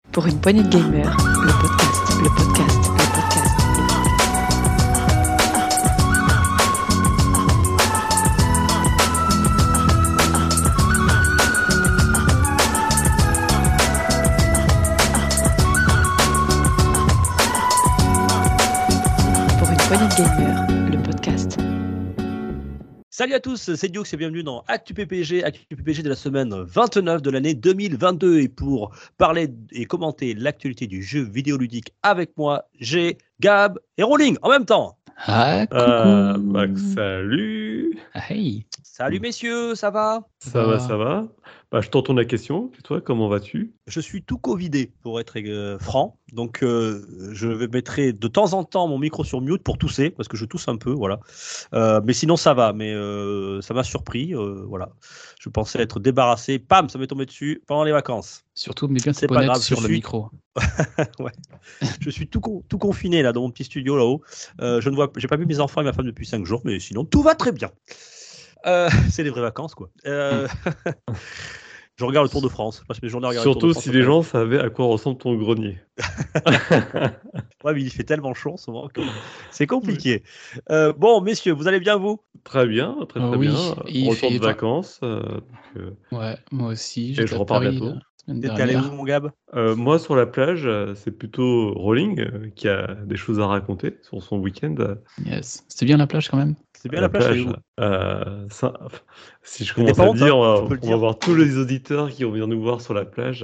Pour une poignée de gamers, le podcast, le podcast, le podcast. Pour une poignée de gamers, le podcast. Salut à tous, c'est Dioux et bienvenue dans Actu PPG de la semaine 29 de l'année 2022. Et pour parler et commenter l'actualité du jeu vidéoludique avec moi, j'ai Gab et Rolling en même temps. Ah, coucou. Salut. Hey. Salut messieurs, ça va? Ça va. Je t'entends la question. Et toi, comment vas-tu? Je suis tout covidé pour être franc. Donc je mettrai de temps en temps mon micro sur mute pour tousser parce que je tousse un peu, voilà. Mais sinon ça va, mais ça m'a surpris, voilà. Je pensais être débarrassé, pam, ça m'est tombé dessus pendant les vacances. Surtout, mais bien C'est pas pas grave, grave, sur je le suis- micro. Ouais. Je suis tout confiné là dans mon petit studio là-haut. J'ai pas vu mes enfants et ma femme depuis 5 jours, mais sinon tout va très bien. C'est les vraies vacances quoi. Je regarde le Tour de France. Je passe mes journées à regarder le Tour Surtout de France. si les gens savaient à quoi ressemble ton grenier. Ouais, mais il fait tellement chaud en ce moment que c'est compliqué. Bon, messieurs, vous allez bien vous? Très bien, très Oui, bien. il Retour fait de vacances. Ouais, moi aussi. Et J'étais je à repars Paris bientôt. la semaine T'es allé dernière. où, mon Gab? Moi, sur la plage, c'est plutôt Rolling qui a des choses à raconter sur son week-end. Yes. C'était bien la plage quand même. C'est bien la plage, elle est où? Si je T'as commence pas à honte, dire, hein, tu peux le on va dire. voir tous les auditeurs qui vont venir nous voir sur la plage.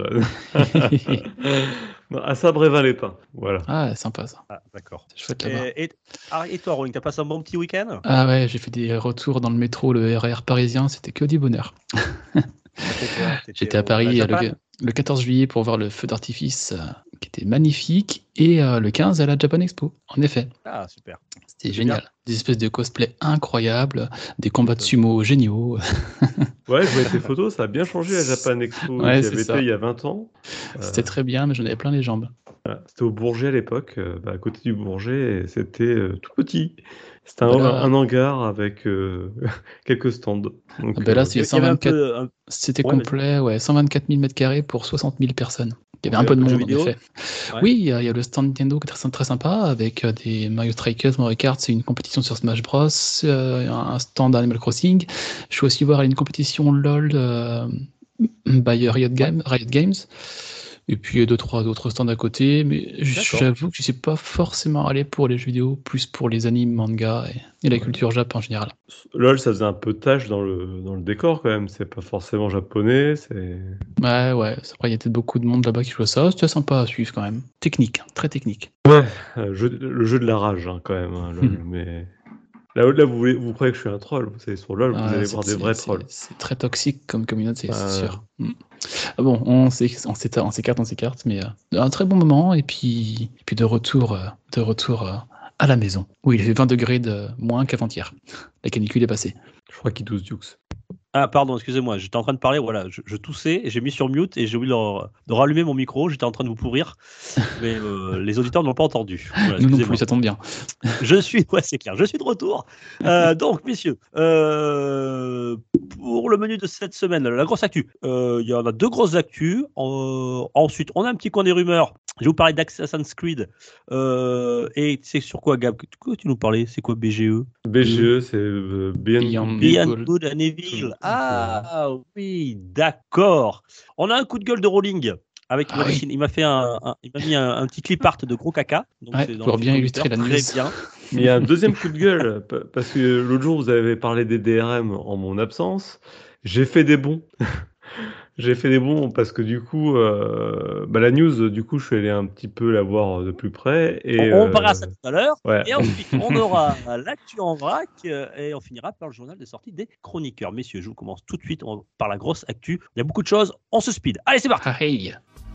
Non, à Saint-Brévin-les-Pins, voilà. Ah, sympa ça. Ah, d'accord. C'est chouette là-bas. Et toi, Rolling, t'as passé un bon petit week-end? Ah ouais, j'ai fait des retours dans le métro, le RER parisien, c'était que du bonheur. J'étais à Paris le 14 juillet pour voir le feu d'artifice qui était magnifique et le 15 à la Japan Expo, en effet. Ah, super. C'était C'est génial. Des espèces de cosplay incroyables, des combats de sumo géniaux. Ouais, je voyais tes photos, ça a bien changé la Japan Expo Ouais, qui c'est avait ça. été il y a 20 ans. C'était très bien, mais j'en avais plein les jambes. Voilà. C'était au Bourget à l'époque, à côté du Bourget, et c'était tout petit. C'était Bah là- un hangar avec quelques stands. Donc, Bah là, Il c'est y avait un 124. peu. C'était Ouais, complet, ouais, 124 000 m² pour 60 000 personnes. Il y avait un Ouais, peu de un peu de monde, jeux en vidéo. effet. Ouais. Oui, il y a le stand Nintendo qui est très, très sympa, avec des Mario Strikers, Mario Kart, c'est une compétition sur Smash Bros, un stand Animal Crossing. Je suis aussi voir une compétition LOL by Riot Games. Et puis il y a 2-3 autres stands à côté, mais D'accord. j'avoue que je ne suis pas forcément allé pour les jeux vidéo, plus pour les animes, mangas et la Ouais. culture Jap en général. LOL, ça faisait un peu tâche dans le décor quand même. C'est pas forcément japonais. Ouais, après il y a peut-être beaucoup de monde là-bas qui joue à ça, c'était sympa à suivre quand même. Technique, très technique. Le jeu de la rage quand même, hein, LOL. Mais là vous croyez que je suis un troll. Vous savez, sur LOL, vous allez voir des vrais trolls. C'est très toxique comme communauté, c'est Ah, sûr. Ah bon, on s'écarte, mais un très bon moment, et puis de retour à la maison, où il fait 20 degrés de moins qu'avant-hier. La canicule est passée. je crois qu'il douce Dukes. Ah, pardon, excusez-moi, j'étais en train de parler, voilà, je toussais et j'ai mis sur mute et j'ai oublié de rallumer mon micro, j'étais en train de vous pourrir, mais les auditeurs ne l'ont pas entendu. Voilà, Nous non excusez-moi. plus, ça tombe bien. Ouais, c'est clair, je suis de retour. Donc, messieurs, pour le menu de cette semaine, la grosse actu, il y en a 2 grosses actus. Ensuite, on a un petit coin des rumeurs. Je vais vous parler d'Assassin's Creed. Et c'est sur quoi, Gab? Quoi tu nous parlais? C'est quoi BGE? BGE, c'est Beyond Beyond Good. Good and Evil. Ah oui, d'accord. On a un coup de gueule de Rolling. Il m'a mis un petit clip art de gros caca. Donc Ouais, c'est dans pour le bien fil illustrer la conducteur. news. Très bien. Mais il y a un deuxième coup de gueule, parce que l'autre jour, vous avez parlé des DRM en mon absence. J'ai fait des bons. J'ai fait des bons parce que du coup, la news, du coup, je suis allé un petit peu la voir de plus près. Et, On verra ça tout à l'heure. ouais. Et ensuite, on aura l'actu en vrac et on finira par le journal des sorties des chroniqueurs. Messieurs, je vous commence tout de suite par la grosse actu. Il y a beaucoup de choses. On se speed. Allez, c'est parti. Ah, hey.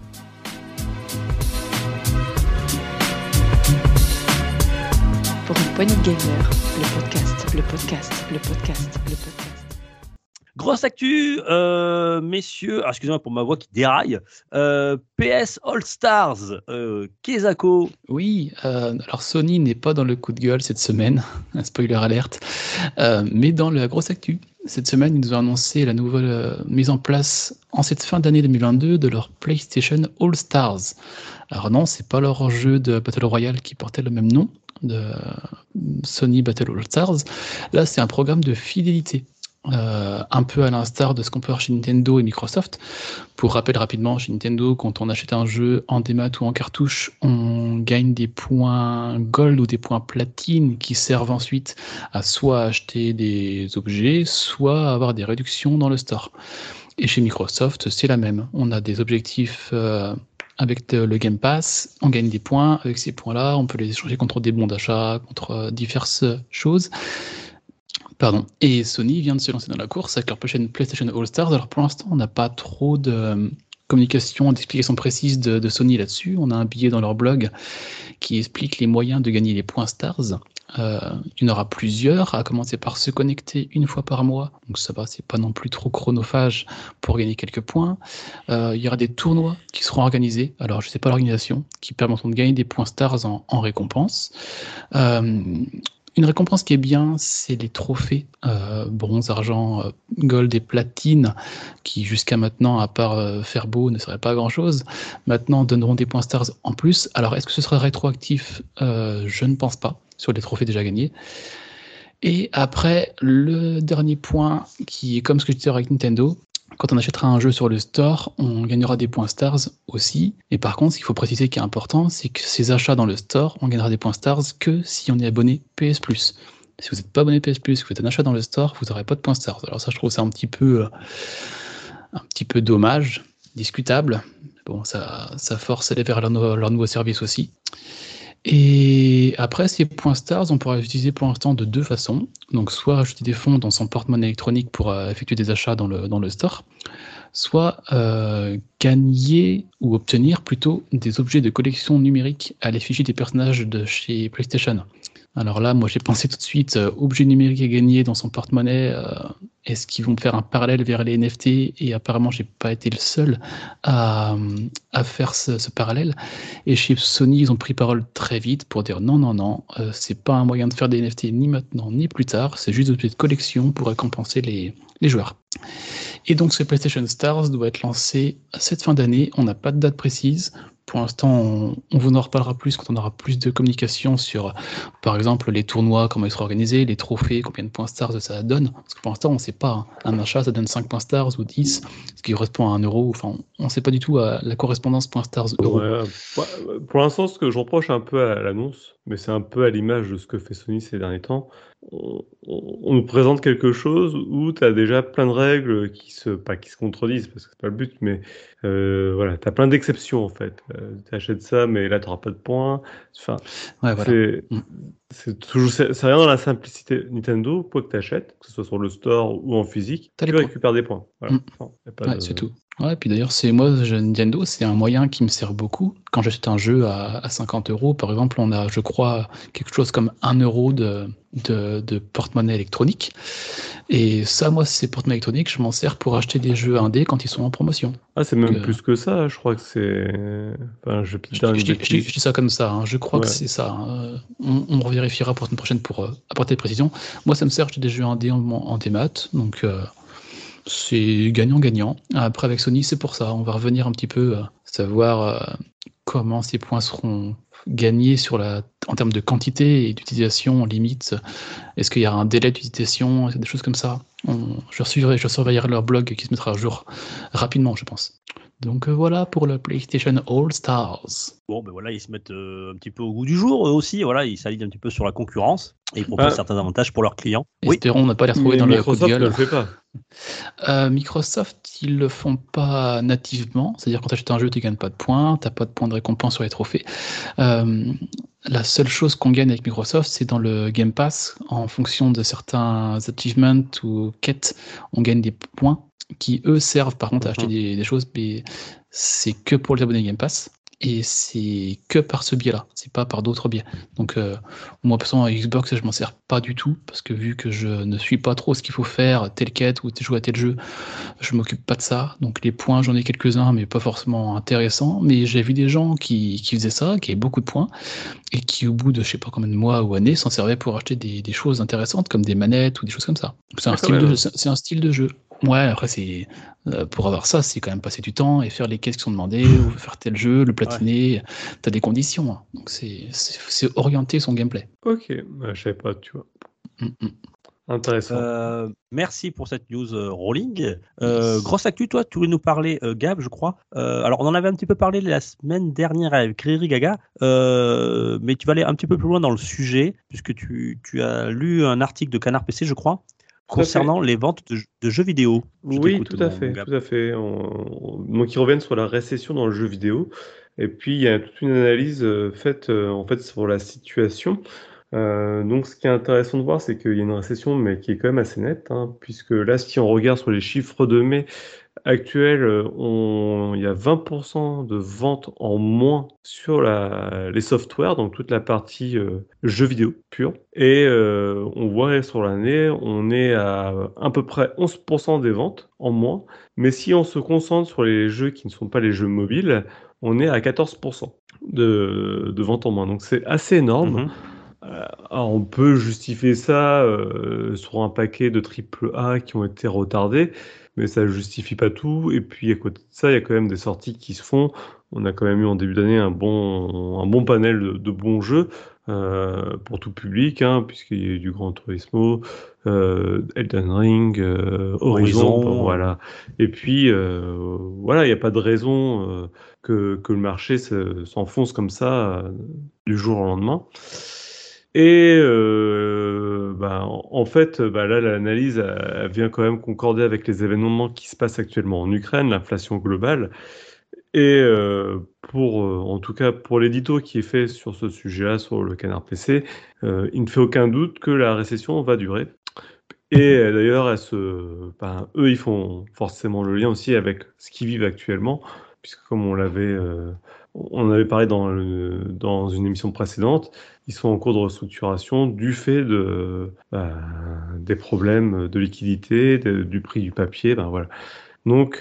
Pour une poignée de gamers, le podcast, le podcast, le podcast, le podcast. Grosse actu, messieurs. Excusez-moi pour ma voix qui déraille. PS All Stars, Kezako. Oui, alors Sony n'est pas dans le coup de gueule cette semaine, un spoiler alerte, mais dans la grosse actu. cette semaine, ils nous ont annoncé la nouvelle mise en place en cette fin d'année 2022 de leur PlayStation All Stars. Alors non, c'est pas leur jeu de Battle Royale qui portait le même nom, de Sony Battle All Stars. Là, c'est un programme de fidélité. Un peu à l'instar de ce qu'on peut voir chez Nintendo et Microsoft. Pour rappel rapidement, chez Nintendo, quand on achète un jeu en démat ou en cartouche, on gagne des points gold ou des points platine qui servent ensuite à soit acheter des objets, soit à avoir des réductions dans le store. Et chez Microsoft, c'est la même. On a des objectifs avec le Game Pass, on gagne des points. Avec ces points-là, on peut les échanger contre des bons d'achat, contre diverses choses. Et Sony vient de se lancer dans la course avec leur prochaine PlayStation All Stars. Alors pour l'instant, on n'a pas trop de communication, d'explications précises de Sony là-dessus. On a un billet dans leur blog qui explique les moyens de gagner les points Stars. Il y en aura plusieurs, à commencer par se connecter une fois par mois. Donc ça va, c'est pas non plus trop chronophage pour gagner quelques points. Il y aura des tournois qui seront organisés. Alors je sais pas l'organisation, qui permettront de gagner des points Stars en récompense. Une récompense qui est bien, c'est les trophées bronze, argent, gold et platine, qui jusqu'à maintenant, à part faire beau, ne seraient pas grand-chose. Maintenant, donneront des points Stars en plus. Alors, est-ce que ce sera rétroactif ? Je ne pense pas, sur les trophées déjà gagnés. Et après, le dernier point, qui est comme ce que je disais avec Nintendo, quand on achètera un jeu sur le store, on gagnera des points Stars aussi. Et par contre, ce qu'il faut préciser qui est important, c'est que ces achats dans le store, on gagnera des points Stars que si on est abonné PS Plus. Si vous n'êtes pas abonné PS Plus, que vous faites un achat dans le store, vous n'aurez pas de points Stars. Alors ça, je trouve ça un petit peu dommage, discutable. Bon, ça force à aller vers leur nouveau service aussi. Et après, ces points Stars, on pourra les utiliser pour l'instant de deux façons. Donc, soit ajouter des fonds dans son porte-monnaie électronique pour effectuer des achats dans le store, soit gagner ou obtenir plutôt des objets de collection numérique à l'effigie des personnages de chez PlayStation. Alors là, moi, j'ai pensé tout de suite objets numériques à gagner dans son porte-monnaie. Est-ce qu'ils vont faire un parallèle vers les NFT ? Et apparemment, j'ai pas été le seul à faire ce parallèle. Et chez Sony, ils ont pris parole très vite pour dire non, c'est pas un moyen de faire des NFT ni maintenant ni plus tard. C'est juste des objets de collection pour récompenser les joueurs. Et donc, ce PlayStation Stars doit être lancé cette fin d'année. On n'a pas de date précise. Pour l'instant, on vous en reparlera plus quand on aura plus de communication sur, par exemple, les tournois, comment ils seront organisés, les trophées, combien de points Stars ça donne. Parce que pour l'instant, on ne sait pas. Un achat, ça donne 5 points Stars ou 10, ce qui correspond à 1 euro. Enfin, on ne sait pas du tout la correspondance points Stars euro. Ouais, pour l'instant, ce que je reproche un peu à l'annonce, mais c'est un peu à l'image de ce que fait Sony ces derniers temps, on nous présente quelque chose où tu as déjà plein de règles pas qui se contredisent, parce que c'est pas le but, mais voilà, tu as plein d'exceptions en fait. Tu achètes ça, mais là tu n'auras pas de points. Enfin, ouais, voilà. c'est rien dans la simplicité. Nintendo, quoi que tu achètes, que ce soit sur le store ou en physique, tu récupères des points. Voilà. C'est tout. Ouais, puis d'ailleurs, Nintendo, c'est un moyen qui me sert beaucoup. Quand j'achète un jeu à 50 €, par exemple, on a, je crois, quelque chose comme 1 euro de porte-monnaie électronique. Et ça, moi, ces porte-monnaie électroniques, je m'en sers pour acheter des jeux indés quand ils sont en promotion. Ah, c'est même plus que ça, je crois que c'est... Enfin, je dis ça comme ça, hein. Je crois que c'est ça. On revérifiera pour la semaine prochaine pour apporter des précisions. Moi, ça me sert, j'ai des jeux indés en démat, donc... c'est gagnant-gagnant. Après, avec Sony, c'est pour ça. On va revenir un petit peu savoir comment ces points seront gagnés en termes de quantité et d'utilisation limite. Est-ce qu'il y a un délai d'utilisation, des choses comme ça. Je surveillerai leur blog qui se mettra à jour rapidement, je pense. Donc voilà pour le PlayStation All Stars. Bon, ben voilà, ils se mettent un petit peu au goût du jour, eux aussi. Voilà, ils s'alignent un petit peu sur la concurrence et ils proposent certains avantages pour leurs clients. Espérons ne pas les retrouver dans le coup de gueule. Microsoft ne le fait pas. Microsoft, ils le font pas nativement. C'est-à-dire quand tu achètes un jeu, tu gagnes pas de points, t'as pas de points de récompense sur les trophées. La seule chose qu'on gagne avec Microsoft, c'est dans le Game Pass, en fonction de certains achievements ou quêtes, on gagne des points qui, eux, servent par contre à acheter des choses, mais c'est que pour les abonnés Game Pass. et c'est que par ce biais-là, c'est pas par d'autres biais. Donc moi personnellement à Xbox je m'en sers pas du tout parce que vu que je ne suis pas trop ce qu'il faut faire, telle quête ou jouer à tel jeu, je m'occupe pas de ça. Donc les points j'en ai quelques-uns mais pas forcément intéressants. Mais j'ai vu des gens qui faisaient ça, qui avaient beaucoup de points et qui au bout de je sais pas combien de mois ou années s'en servaient pour acheter des choses intéressantes comme des manettes ou des choses comme ça. C'est un style de jeu. Ouais, après c'est pour avoir ça, c'est quand même passer du temps et faire les quêtes qui sont demandées ou faire tel jeu, le platiner. T'as des conditions, hein. Donc c'est orienter son gameplay. Ok, je savais pas, tu vois. Intéressant. Merci pour cette news rolling. Yes. Grosse actu, toi, tu voulais nous parler, Gab, je crois. Alors, on en avait un petit peu parlé la semaine dernière avec Riri Gaga, mais tu vas aller un petit peu plus loin dans le sujet, puisque tu as lu un article de Canard PC, je crois, concernant les ventes de jeux vidéo. Oui, tout à fait. Donc, ils reviennent sur la récession dans le jeu vidéo. Et puis, il y a toute une analyse faite en fait, sur la situation. Donc, ce qui est intéressant de voir, c'est qu'il y a une récession, mais qui est quand même assez nette, hein, puisque là, si on regarde sur les chiffres de mai actuels, il y a 20% de ventes en moins sur les softwares, donc toute la partie jeux vidéo pure. Et on voit sur l'année, on est à peu près 11% des ventes en moins. Mais si on se concentre sur les jeux qui ne sont pas les jeux mobiles, on est à 14% de ventes en moins. Donc, c'est assez énorme. Alors on peut justifier ça sur un paquet de AAA qui ont été retardés, mais ça ne justifie pas tout. Et puis à côté de ça, il y a quand même des sorties qui se font. On a quand même eu en début d'année un bon panel de bons jeux pour tout public, hein, puisqu'il y a eu du Gran Turismo, Elden Ring, Horizon, voilà. Et puis voilà, il n'y a pas de raison que le marché s'enfonce comme ça du jour au lendemain. Et en fait, là, l'analyse elle vient quand même concorder avec les événements qui se passent actuellement en Ukraine, l'inflation globale. Et en tout cas, pour l'édito qui est fait sur ce sujet-là, sur le Canard PC, il ne fait aucun doute que la récession va durer. Et d'ailleurs, eux, ils font forcément le lien aussi avec ce qu'ils vivent actuellement, puisque comme on en avait parlé dans une émission précédente, ils sont en cours de restructuration du fait des problèmes de liquidité, du prix du papier, voilà. Donc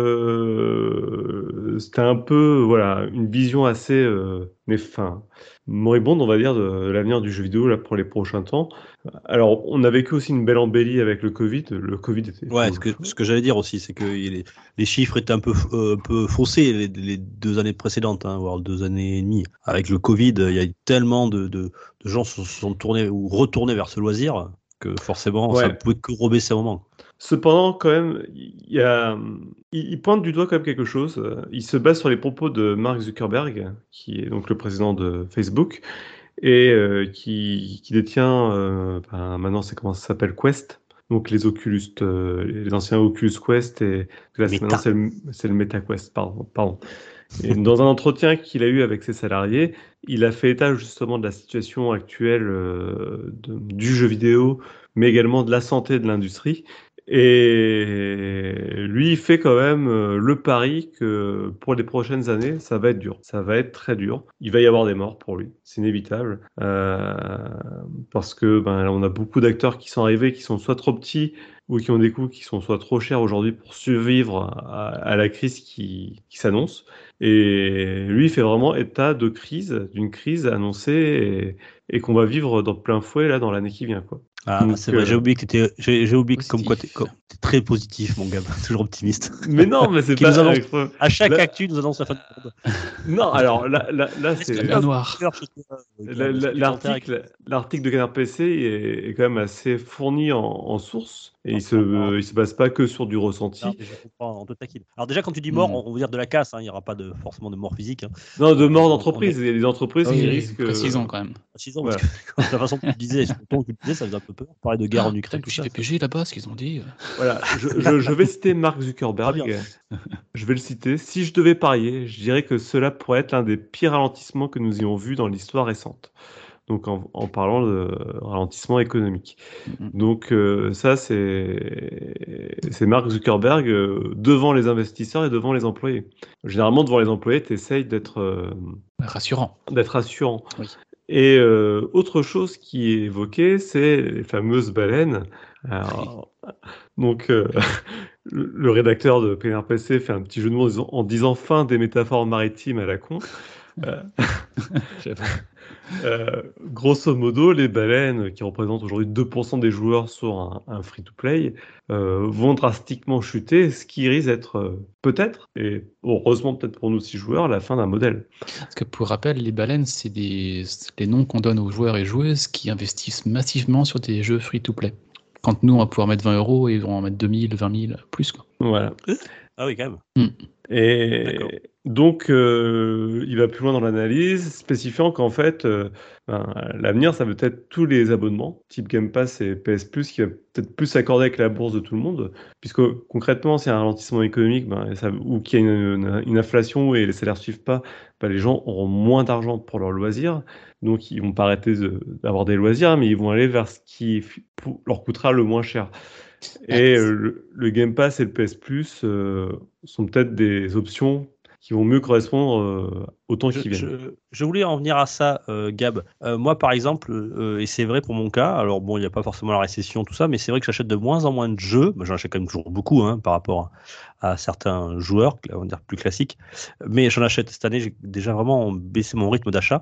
c'était un peu une vision assez moribonde, on va dire, de l'avenir du jeu vidéo là, pour les prochains temps. Alors, on a vécu aussi une belle embellie avec le Covid. Le Covid était... Ouais, ce que j'allais dire aussi, c'est que les chiffres étaient un peu faussés les 2 années précédentes, hein, voire 2 années et demie. Avec le Covid, il y a eu tellement de gens se sont tournés ou retournés vers ce loisir que forcément, ça ne pouvait que rebaisser à un moment. Cependant, quand même, il pointe du doigt quand même quelque chose. Il se base sur les propos de Mark Zuckerberg, qui est donc le président de Facebook, et qui détient, maintenant c'est comment ça s'appelle, Quest, donc les anciens Oculus Quest, et maintenant c'est le Meta Quest, pardon. Et dans un entretien qu'il a eu avec ses salariés, il a fait état justement de la situation actuelle du jeu vidéo, mais également de la santé de l'industrie. Et lui, il fait quand même le pari que pour les prochaines années, ça va être dur. Ça va être très dur. Il va y avoir des morts pour lui. C'est inévitable. Parce que on a beaucoup d'acteurs qui sont arrivés, qui sont soit trop petits ou qui ont des coûts qui sont soit trop chers aujourd'hui pour survivre à la crise qui s'annonce. Et lui, il fait vraiment état d'une crise annoncée et qu'on va vivre dans plein fouet là dans l'année qui vient, quoi. Ah, donc, c'est vrai, j'ai oublié que comme quoi t'es très positif, mon gars, toujours optimiste. Mais non, mais c'est pas... À chaque actu, nous annonce la fin du monde. Non, alors là c'est... noir. L'article de Canard PC est quand même assez fourni en sources. Et il se base pas que sur du ressenti. Alors, je comprends, on te taquine. Alors déjà, quand tu dis mort, on veut dire de la casse, hein, il n'y aura pas forcément de mort physique. Hein. Non, de mort d'entreprise. Il y a des entreprises qui risquent... 6 ans quand même. 6 ans, parce que la façon que tu disais, sur le ton que tu disais, ça faisait un peu peur. Parler de guerre en Ukraine, tout ça. PG là-bas, ce qu'ils ont dit. Voilà, je vais citer Mark Zuckerberg. Je vais le citer. Si je devais parier, je dirais que cela pourrait être l'un des pires ralentissements que nous ayons vus dans l'histoire récente. donc en parlant de ralentissement économique. Donc ça, c'est Mark Zuckerberg devant les investisseurs et devant les employés. Généralement, devant les employés, tu essayes d'être Rassurant. rassurant. Oui. Et autre chose qui est évoquée, c'est les fameuses baleines. Alors, donc, le rédacteur de PNRPC fait un petit jeu de mots en disant fin des métaphores maritimes à la con. Grosso modo, les baleines, qui représentent aujourd'hui 2% des joueurs sur un free-to-play, vont drastiquement chuter, ce qui risque d'être peut-être, et heureusement peut-être pour nous 6 joueurs, la fin d'un modèle. Parce que pour rappel, les baleines, c'est les noms qu'on donne aux joueurs et joueuses qui investissent massivement sur des jeux free-to-play. Quand nous, on va pouvoir mettre 20 €, ils vont en mettre 2000, 20 000, plus, quoi. Voilà. Ah oui, quand même. Et D'accord. donc, il va plus loin dans l'analyse, spécifiant qu'en fait, l'avenir, ça peut être tous les abonnements, type Game Pass et PS Plus, qui va peut-être plus s'accorder avec la bourse de tout le monde, puisque concrètement, s'il y a un ralentissement économique, ou qu'il y a une inflation et les salaires ne suivent pas, les gens auront moins d'argent pour leurs loisirs, donc ils vont pas arrêter d'avoir des loisirs, mais ils vont aller vers ce qui leur coûtera le moins cher. Et le Game Pass et le PS Plus sont peut-être des options qui vont mieux correspondre au temps qui vient. Je voulais en venir à ça, Gab. Moi, par exemple, et c'est vrai pour mon cas, alors bon, il n'y a pas forcément la récession, tout ça, mais c'est vrai que j'achète de moins en moins de jeux. J'en achète quand même toujours beaucoup par rapport à certains joueurs, on va dire plus classiques. Mais j'en achète cette année, j'ai déjà vraiment baissé mon rythme d'achat.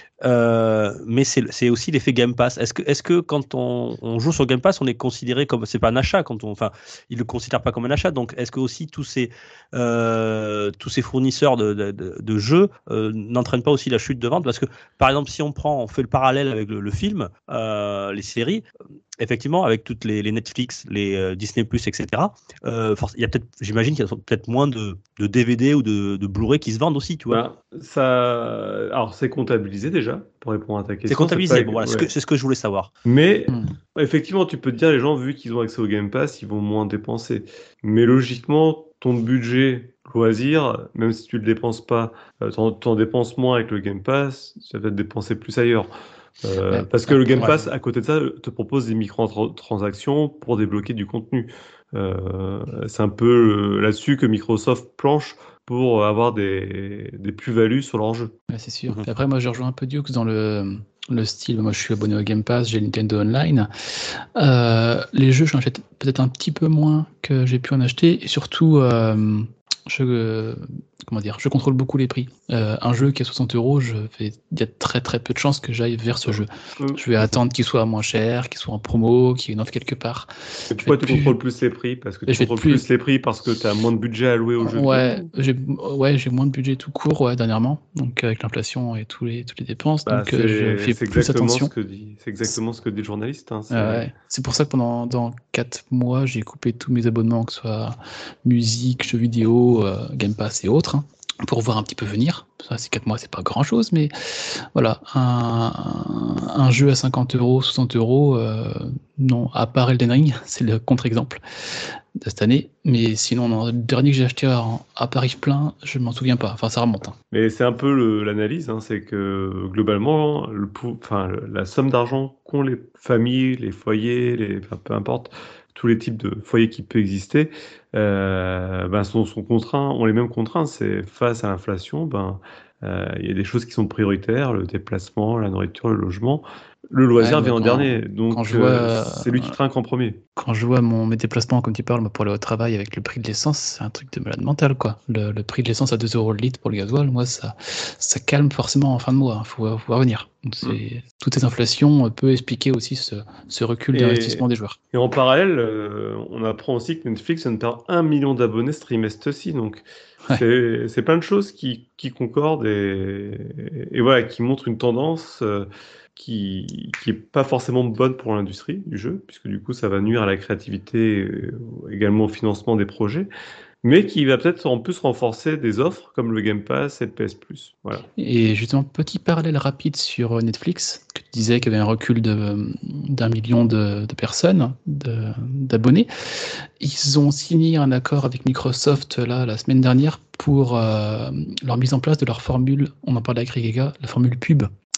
Mais c'est aussi l'effet Game Pass. Est-ce que quand on joue sur Game Pass, on est considéré comme, c'est pas un achat, ils le considèrent pas comme un achat. Donc est-ce que aussi tous ces fournisseurs de jeux n'entraînent pas aussi la chute de vente? Parce que par exemple, si on fait le parallèle avec le film, les séries, effectivement, avec toutes les Netflix, les Disney+, etc. Il y a peut-être, j'imagine qu'il y a peut-être moins de DVD ou de Blu-ray qui se vendent aussi, tu vois. Alors c'est comptabilisé déjà, pour répondre à ta question. C'est comptabilisé, ouais. C'est ce que je voulais savoir. Mais effectivement, tu peux te dire, les gens, vu qu'ils ont accès au Game Pass, ils vont moins dépenser. Mais logiquement, ton budget loisir, même si tu le dépenses pas, t'en dépenses moins avec le Game Pass, ça va te dépenser plus ailleurs. Parce que le Game Pass, à côté de ça, te propose des microtransactions pour débloquer du contenu. C'est un peu là-dessus que Microsoft planche pour avoir des plus-values sur leur jeu. Ouais, c'est sûr. Après, moi, je rejoins un peu Dukes dans le style. Moi, je suis abonné au Game Pass, j'ai Nintendo Online. Les jeux, j'en achète peut-être un petit peu moins que j'ai pu en acheter. Et surtout, je contrôle beaucoup les prix. Un jeu qui est à 60 €, il y a très très peu de chances que j'aille vers ce jeu. Je vais attendre qu'il soit moins cher, qu'il soit en promo, qu'il y ait une offre quelque part. Et pourquoi tu contrôles plus les prix? Parce que tu contrôles plus les prix parce que tu as moins de budget alloué au jeu. J'ai moins de budget tout court dernièrement, donc avec l'inflation et toutes les dépenses, donc je fais plus attention. C'est exactement ce que dit le journaliste. C'est pour ça que dans 4 mois, j'ai coupé tous mes abonnements, que ce soit musique, jeux vidéo, Game Pass et autres, pour voir un petit peu venir. Ça, c'est 4 mois, c'est pas grand chose, mais voilà, un jeu à 50 €, 60 €, non, à part Elden Ring, c'est le contre-exemple de cette année, mais sinon, le dernier que j'ai acheté à Paris plein, je m'en souviens pas, ça remonte. Mais c'est un peu l'analyse, c'est que globalement, la somme d'argent qu'ont les familles, les foyers, peu importe, tous les types de foyers qui peuvent exister, sont contraints, ont les mêmes contraintes. C'est face à l'inflation, il y a des choses qui sont prioritaires, le déplacement, la nourriture, le logement. Le loisir vient en dernier, donc c'est lui qui trinque en premier. Quand je vois mes déplacements, comme tu parles, pour aller au travail avec le prix de l'essence, c'est un truc de malade mental, quoi. Le prix de l'essence à 2 € le litre pour le gasoil, moi, ça calme forcément en fin de mois. Faut revenir. Toutes ces inflations peut expliquer aussi ce recul d'investissement des joueurs. Et en parallèle, on apprend aussi que Netflix vient de perdre 1 million d'abonnés ce trimestre-ci, donc c'est plein de choses qui concordent et voilà, qui montrent une tendance qui est pas forcément bonne pour l'industrie du jeu, puisque du coup ça va nuire à la créativité, également au financement des projets, mais qui va peut-être en plus renforcer des offres comme le Game Pass et le PS Plus. Voilà. Et justement, petit parallèle rapide sur Netflix, que tu disais qu'il y avait un recul d'1 million de personnes, d'abonnés. Ils ont signé un accord avec Microsoft la semaine dernière pour leur mise en place de leur formule, on en parlait avec Rigega, la formule pub.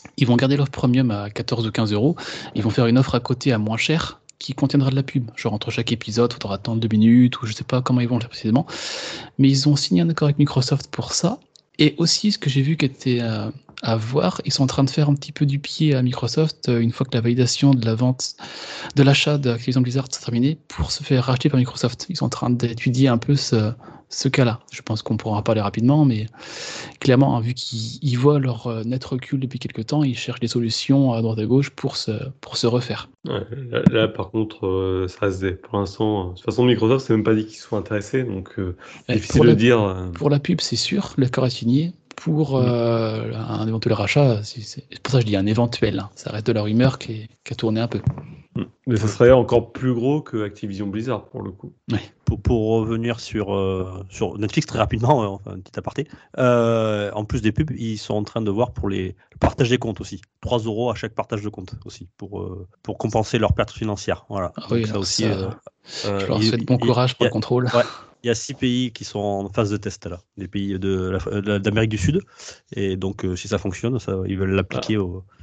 Ils vont garder l'offre premium à 14 ou 15 euros. Ils vont faire une offre à côté à moins cher qui contiendra de la pub. Genre entre chaque épisode, il faudra attendre 2 minutes ou je sais pas comment ils vont le faire précisément. Mais ils ont signé un accord avec Microsoft pour ça. Et aussi, ce que j'ai vu qui était à voir, ils sont en train de faire un petit peu du pied à Microsoft une fois que la validation de la vente, de l'achat d'Activision Blizzard sera terminée pour se faire racheter par Microsoft. Ils sont en train d'étudier un peu ce cas-là. Je pense qu'on pourra en parler rapidement, mais clairement, vu qu'ils voient leur net recul depuis quelques temps, ils cherchent des solutions à droite à gauche pour se refaire. Ouais, là, par contre, ça reste pour l'instant. De toute façon, Microsoft s'est même pas dit qu'ils sont intéressés, donc difficile de dire. Pour la pub, c'est sûr, l'accord est signé. Pour un éventuel rachat, c'est pour ça que je dis un éventuel. Hein. Ça reste de la rumeur qui a tourné un peu. Mais ça serait encore plus gros que Activision Blizzard pour le coup. Ouais. Pour revenir sur Netflix très rapidement, enfin, un petit aparté, en plus des pubs, ils sont en train de voir pour le partage des comptes aussi. 3 euros à chaque partage de compte aussi, pour compenser leurs pertes financières. Voilà. Ah oui, ça aussi. Je leur souhaite bon courage pour le contrôle. Ouais. Il y a 6 pays qui sont en phase de test là, des pays d'Amérique du Sud, et donc si ça fonctionne, ils veulent l'appliquer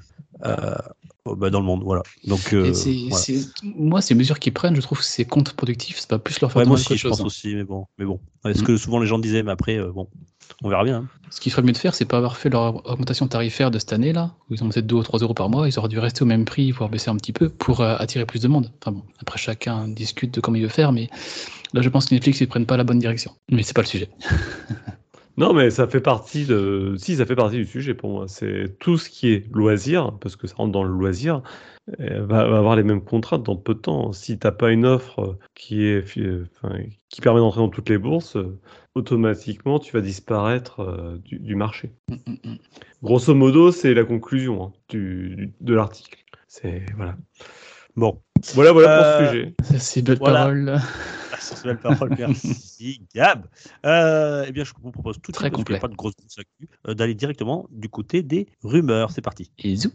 dans le monde, voilà. Donc moi, ces mesures qu'ils prennent, je trouve que c'est contre-productif, c'est pas plus leur faire moi de aussi, je pense aussi, mais bon, ce que souvent les gens disaient, mais après, on verra bien. Hein. Ce qu'il ferait mieux de faire, c'est pas avoir fait leur augmentation tarifaire de cette année là, où ils ont fait 2 ou 3 euros par mois, ils auraient dû rester au même prix, voire baisser un petit peu pour attirer plus de monde. Enfin bon, après chacun discute de comment il veut faire, mais là, je pense que Netflix, ils prennent pas la bonne direction. Mais c'est pas le sujet. Non, mais ça fait partie ça fait partie du sujet pour moi. C'est tout ce qui est loisir, parce que ça rentre dans le loisir, va avoir les mêmes contraintes dans peu de temps. Si t'as pas une offre qui permet d'entrer dans toutes les bourses, automatiquement, tu vas disparaître du marché. Grosso modo, c'est la conclusion de l'article. Voilà. Bon. Voilà pour ce sujet. C'est belle parole. C'est belle parole, merci Gab. Eh bien, je vous propose tout de suite, parce qu'il n'y a pas de grosse actu, d'aller directement du côté des rumeurs. C'est parti. Et zou.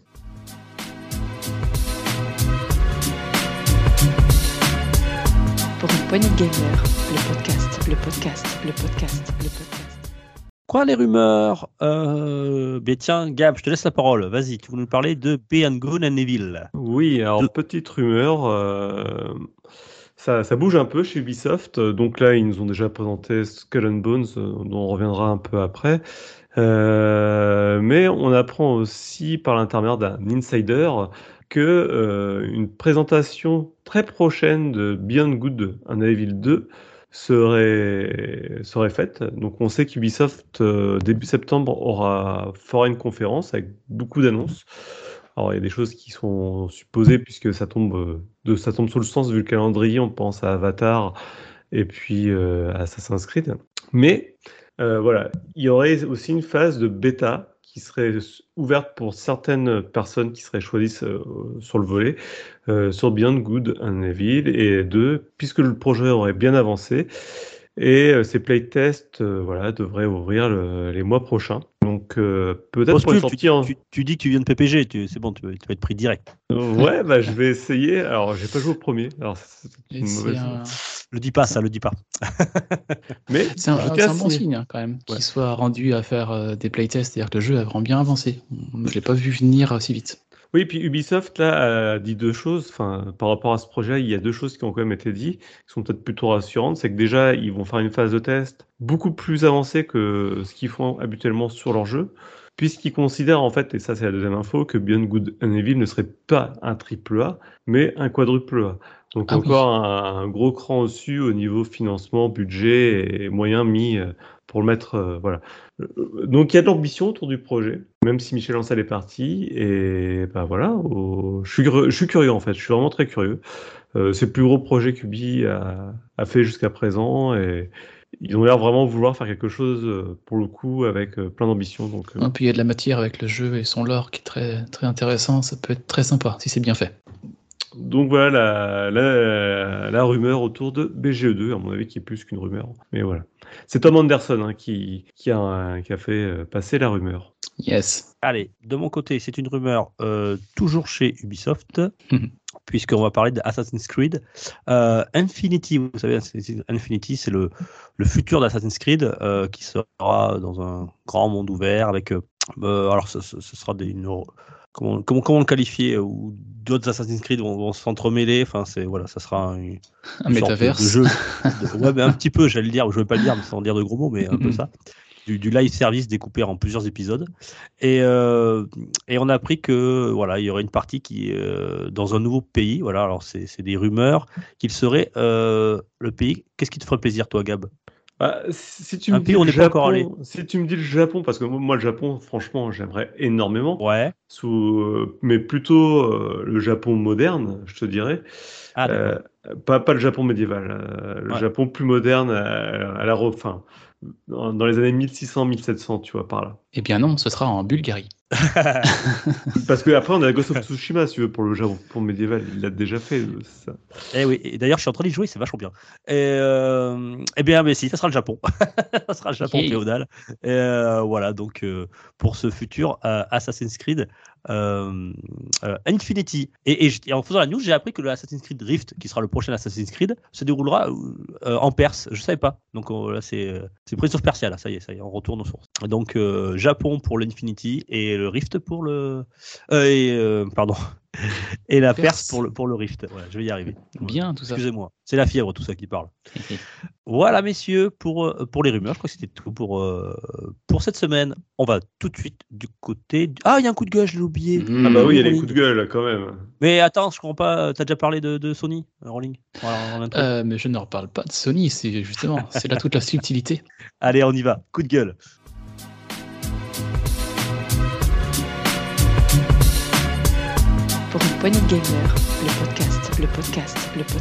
Pour une poignée de gamers, le podcast. Quoi, les rumeurs tiens, Gab, je te laisse la parole. Vas-y, tu veux nous parler de Beyond Good and Evil. Oui, alors petite rumeur, ça bouge un peu chez Ubisoft. Donc là, ils nous ont déjà présenté Skull and Bones, dont on reviendra un peu après. Mais on apprend aussi par l'intermédiaire d'un insider que une présentation très prochaine de Beyond Good and Evil 2 serait faite. Donc on sait qu'Ubisoft, début septembre, fera une conférence avec beaucoup d'annonces. Alors il y a des choses qui sont supposées puisque ça tombe sous le sens vu le calendrier. On pense à Avatar et puis à Assassin's Creed. Mais voilà, il y aurait aussi une phase de bêta qui serait ouverte pour certaines personnes qui seraient choisies sur le volet, sur Beyond Good and Evil, et puisque le projet aurait bien avancé, et ces playtests devraient ouvrir les mois prochains. Donc peut-être pour une sortie tu dis que tu viens de PPG, c'est bon, tu vas être pris direct. Ouais, je vais essayer. Alors, j'ai pas joué au premier. Alors, c'est une mauvaise. Le dis pas, ça, le dis pas. Mais c'est un bon signe hein, quand même, qu'il soit rendu à faire des playtests, c'est-à-dire que le jeu a vraiment bien avancé. Je l'ai pas vu venir si vite. Oui, puis Ubisoft là a dit 2 choses. Enfin, par rapport à ce projet, il y a 2 choses qui ont quand même été dites, qui sont peut-être plutôt rassurantes. C'est que déjà, ils vont faire une phase de test beaucoup plus avancée que ce qu'ils font habituellement sur leur jeu, puisqu'ils considèrent en fait, et ça c'est la deuxième info, que Beyond Good and Evil ne serait pas un AAA, mais un quadruple A. Donc un gros cran au-dessus au niveau financement, budget et moyens mis pour le mettre. Voilà. Donc il y a de l'ambition autour du projet, même si Michel Ancel est parti. Et voilà, je suis curieux en fait, je suis vraiment très curieux. C'est le plus gros projet qu'Ubi a fait jusqu'à présent, et ils ont l'air vraiment vouloir faire quelque chose pour le coup avec plein d'ambition. Donc, puis il y a de la matière avec le jeu et son lore qui est très, très intéressant, ça peut être très sympa si c'est bien fait. Donc voilà la rumeur autour de BGE2, à mon avis qui est plus qu'une rumeur. Mais voilà. C'est Tom Anderson qui a fait passer la rumeur. Yes. Allez, de mon côté, c'est une rumeur toujours chez Ubisoft, puisqu'on va parler d'Assassin's Creed. Infinity, vous savez, Infinity, c'est le futur d'Assassin's Creed qui sera dans un grand monde ouvert avec Alors, ce sera comment on le qualifier, ou d'autres Assassin's Creed vont s'entremêler. Enfin, ça sera Un une sorte de métaverse. jeu. Ouais, mais un petit peu, j'allais le dire. Je ne vais pas le dire, mais sans dire de gros mots, mais un peu ça. Du live service découpé en plusieurs épisodes. Et on a appris que voilà, il y aurait une partie qui dans un nouveau pays. Voilà, alors c'est des rumeurs qu'il serait le pays. Qu'est-ce qui te ferait plaisir, toi, Gab? Si tu Un me dis pays où on le n'est pas encore allé. Japon, si tu me dis le Japon, parce que moi le Japon, franchement, j'aimerais énormément, Ouais. mais plutôt le Japon moderne, je te dirais. Ah, d'accord. Pas le Japon médiéval, le Ouais. Japon plus moderne, enfin, dans les années 1600-1700, tu vois, par là. Eh bien non, ce sera en Bulgarie. Parce qu'après, on a Ghost of Tsushima, si tu veux, pour le Japon médiéval, il l'a déjà fait, ça. Eh oui, et d'ailleurs, je suis en train d'y jouer, c'est vachement bien. Eh bien, mais si, ça sera le Japon. Ça sera le Japon Yeah. féodal. Voilà, donc pour ce futur Assassin's Creed Infinity. Et en faisant la news, j'ai appris que le Assassin's Creed Rift, qui sera le prochain Assassin's Creed, se déroulera en Perse. Je savais pas. Donc là, c'est Prince of Persia, là, ça y est, on retourne aux sources. Donc Japon pour l'Infinity et le Rift pour le. Pardon. Et la Perse pour le Rift. Voilà, je vais y arriver. Bien, tout ça. Excusez-moi, c'est la fièvre, tout ça qui parle. Voilà, messieurs, pour les rumeurs, je crois que c'était tout pour cette semaine. On va tout de suite du côté. Ah, il y a un coup de gueule, je l'ai oublié. Ah bah oui, il y a les Rolling. coups de gueule, quand même. Mais attends, je comprends pas. T'as déjà parlé de Sony, Rolling? Voilà, en intro. Mais je ne reparle pas de Sony, c'est là toute la subtilité. Allez, on y va. Coup de gueule. Pour une poignée de gamers, le podcast.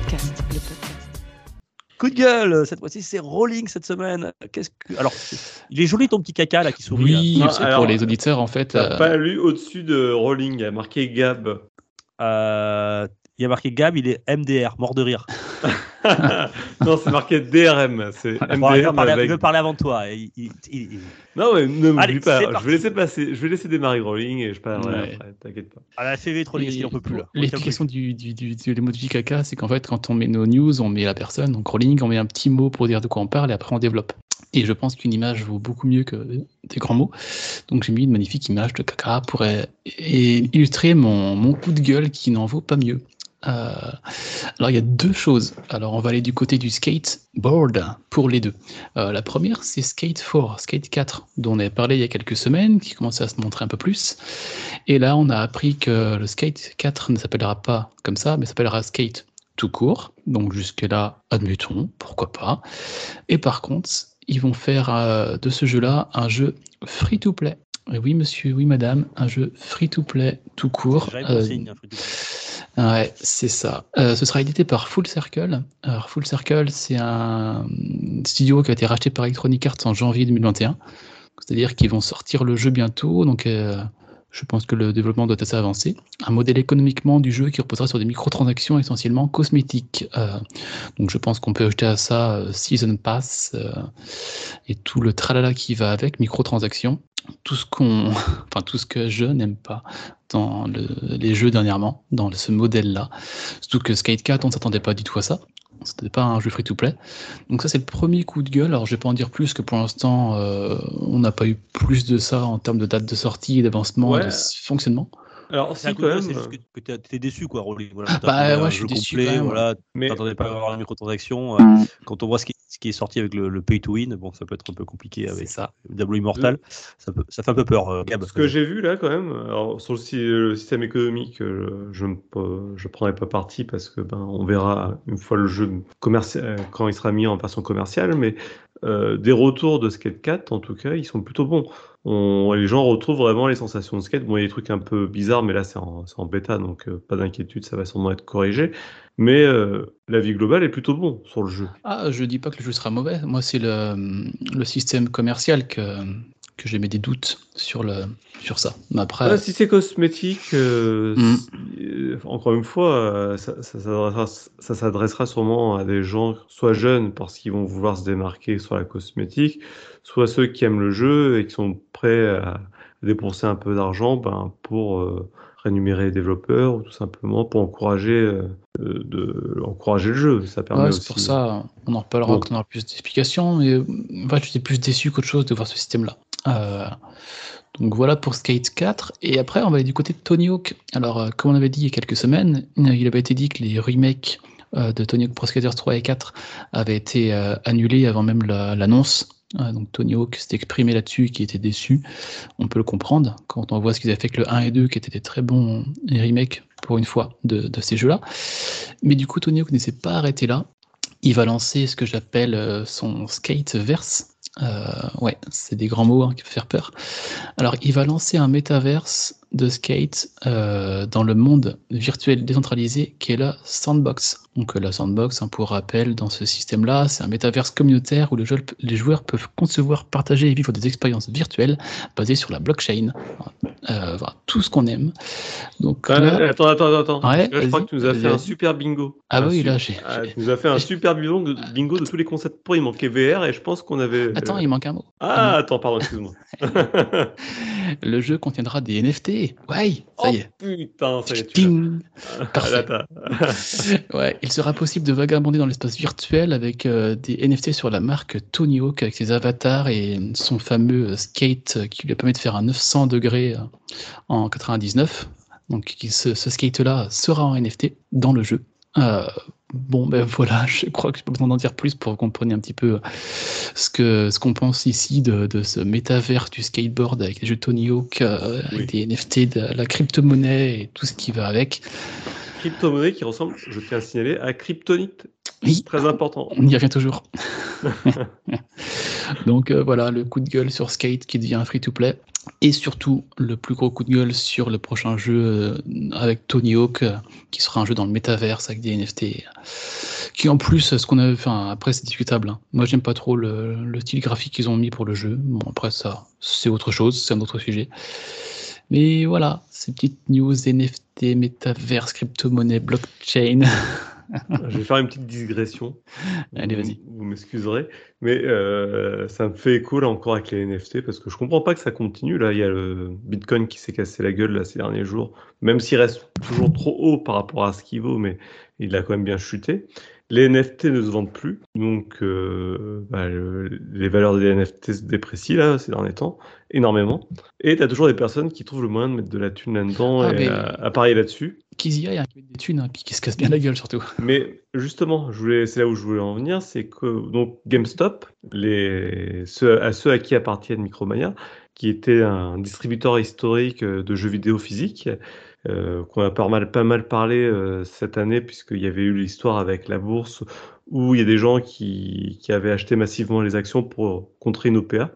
Coup de gueule. Cette fois-ci, c'est Rolling cette semaine. Alors, il est joli ton petit caca là qui sourit. Oui, Non, c'est alors, pour les auditeurs en fait. T'as pas lu au-dessus de Rolling, il y a marqué Gab. Il y a marqué Gab, il est MDR, mort de rire. Non, c'est marqué DRM. C'est MDR. Bon, il avec... veut parler avant toi. Non, mais ne Allez, m'oublie pas. c'est Je parti. vais laisser passer. Je vais laisser démarrer Rolling et je parlerai Ouais. après. T'inquiète pas. À la CV trop Et on peut plus là. l'explication de l'emoji caca, c'est qu'en fait, quand on met nos news, on met la personne, donc Rolling, on met un petit mot pour dire de quoi on parle et après on développe. Et je pense qu'une image vaut beaucoup mieux que des grands mots. Donc j'ai mis une magnifique image de caca pour illustrer mon coup de gueule qui n'en vaut pas mieux. Alors il y a deux choses. Alors on va aller du côté du skateboard pour les deux. La première c'est Skate 4 dont on avait parlé il y a quelques semaines, qui commençait à se montrer un peu plus. Et là on a appris que le Skate 4 ne s'appellera pas comme ça, mais s'appellera Skate tout court. Donc jusque là, admettons, pourquoi pas. Et par contre, ils vont faire de ce jeu-là un jeu free-to-play. Et oui monsieur, oui madame, un jeu free-to-play tout court. Ouais, c'est ça. Ce sera édité par Full Circle. Alors, Full Circle, c'est un studio qui a été racheté par Electronic Arts en janvier 2021. C'est-à-dire qu'ils vont sortir le jeu bientôt. Donc, je pense que le développement doit être assez avancé. Un modèle économiquement du jeu qui reposera sur des microtransactions essentiellement cosmétiques. Donc, je pense qu'on peut ajouter à ça Season Pass et tout le tralala qui va avec, microtransactions. Tout ce que je n'aime pas dans les jeux dernièrement, dans ce modèle-là. Surtout que Skate 4, on ne s'attendait pas du tout à ça. C'était pas un jeu free-to-play. Donc ça, c'est le premier coup de gueule. Alors, je vais pas en dire plus que pour l'instant, on n'a pas eu plus de ça en termes de date de sortie et d'avancement et de fonctionnement. Alors, c'est quand même. C'est juste que t'es déçu, quoi, Rolling. Voilà, bah ouais, je suis déçu complet, quand même. Voilà, Mais t'attendais pas à avoir la microtransaction. Quand on voit ce qui est sorti avec le pay to win, bon, ça peut être un peu compliqué avec ça. Diablo Immortal. Ça fait un peu peur, Gab. Ce que j'ai vu là, quand même, alors, sur le système économique, je prendrai pas parti parce que on verra une fois le jeu commercial quand il sera mis en version commerciale, mais des retours de Skate 4, en tout cas, ils sont plutôt bons. Les gens retrouvent vraiment les sensations de skate. Bon, il y a des trucs un peu bizarres, mais là, c'est en bêta, donc pas d'inquiétude, ça va sûrement être corrigé. Mais la vie globale est plutôt bon sur le jeu. Ah, je dis pas que le jeu sera mauvais. Moi, c'est le système commercial que j'ai mis des doutes sur ça. Mais après, si c'est cosmétique, encore une fois, ça s'adressera sûrement à des gens soit jeunes parce qu'ils vont vouloir se démarquer sur la cosmétique, soit ceux qui aiment le jeu et qui sont prêts à dépenser un peu d'argent pour rémunérer les développeurs ou tout simplement pour encourager le jeu. Ça permet aussi. C'est pour ça, on en reparlera quand on aura plus d'explications. Mais en fait, j'étais plus déçu qu'autre chose de voir ce système-là. Donc voilà pour Skate 4. Et après, on va aller du côté de Tony Hawk. Alors, comme on avait dit il y a quelques semaines, il avait été dit que les remakes de Tony Hawk Pro Skater 3 et 4 avaient été annulés avant même l'annonce. Donc Tony Hawk s'était exprimé là-dessus, qui était déçu. On peut le comprendre quand on voit ce qu'ils avaient fait avec le 1 et 2, qui étaient des très bons remakes pour une fois de ces jeux-là. Mais du coup, Tony Hawk ne s'est pas arrêté là. Il va lancer ce que j'appelle son Skateverse. Ouais, c'est des grands mots qui peuvent faire peur. Alors, il va lancer un métaverse de skate dans le monde virtuel décentralisé qui est la Sandbox. Donc la Sandbox, pour rappel, dans ce système-là, c'est un métaverse communautaire où les joueurs peuvent concevoir, partager et vivre des expériences virtuelles basées sur la blockchain. Voilà, tout ce qu'on aime. Donc, là... Attends. Ouais, là, je crois que tu nous as fait un super bingo. Ah oui, là, tu nous as fait un super bingo de tous les concepts pour. Il manquait VR et je pense qu'on avait... Attends, il manque un mot. Attends, pardon, excuse-moi. Le jeu contiendra des NFT. Ouais, ça y est. Putain, ça y est. Ding. Parfait. Ouais, il sera possible de vagabonder dans l'espace virtuel avec des NFT sur la marque Tony Hawk avec ses avatars et son fameux skate qui lui permet de faire un 900 degrés en 99. Donc ce skate-là sera en NFT dans le jeu. Bon, ben voilà, je crois que j'ai pas besoin d'en dire plus pour que vous compreniez un petit peu ce qu'on pense ici de ce métavers du skateboard avec les jeux Tony Hawk, avec des NFT, de la crypto-monnaie et tout ce qui va avec. Crypto-monnaie qui ressemble, je tiens à signaler, à Kryptonite. Oui, très important. On y revient toujours. Donc voilà, le coup de gueule sur Skate qui devient un free-to-play. Et surtout, le plus gros coup de gueule sur le prochain jeu avec Tony Hawk, qui sera un jeu dans le métaverse avec des NFT. Qui en plus, ce qu'on avait fait, après c'est discutable. Hein. Moi j'aime pas trop le style graphique qu'ils ont mis pour le jeu. Bon après ça, c'est autre chose, c'est un autre sujet. Mais voilà, ces petites news NFT, métaverse, crypto-monnaie, blockchain. Je vais faire une petite digression. Allez, vas-y. Vous m'excuserez, mais ça me fait écho là encore avec les NFT parce que je comprends pas que ça continue. Là, il y a le Bitcoin qui s'est cassé la gueule là, ces derniers jours, même s'il reste toujours trop haut par rapport à ce qu'il vaut, mais il a quand même bien chuté. Les NFT ne se vendent plus, donc les valeurs des NFT se déprécient là ces derniers temps, énormément. Et tu as toujours des personnes qui trouvent le moyen de mettre de la thune là-dedans et à parier là-dessus. Qu'ils y aillent, qui mettent des thunes, puis qui se cassent bien la gueule surtout. Mais justement, c'est là où je voulais en venir, c'est que donc GameStop, ceux à qui appartiennent Micromania, qui était un distributeur historique de jeux vidéo physiques, qu'on a pas mal parlé cette année, puisqu'il y avait eu l'histoire avec la bourse, où il y a des gens qui avaient acheté massivement les actions pour contrer une OPA.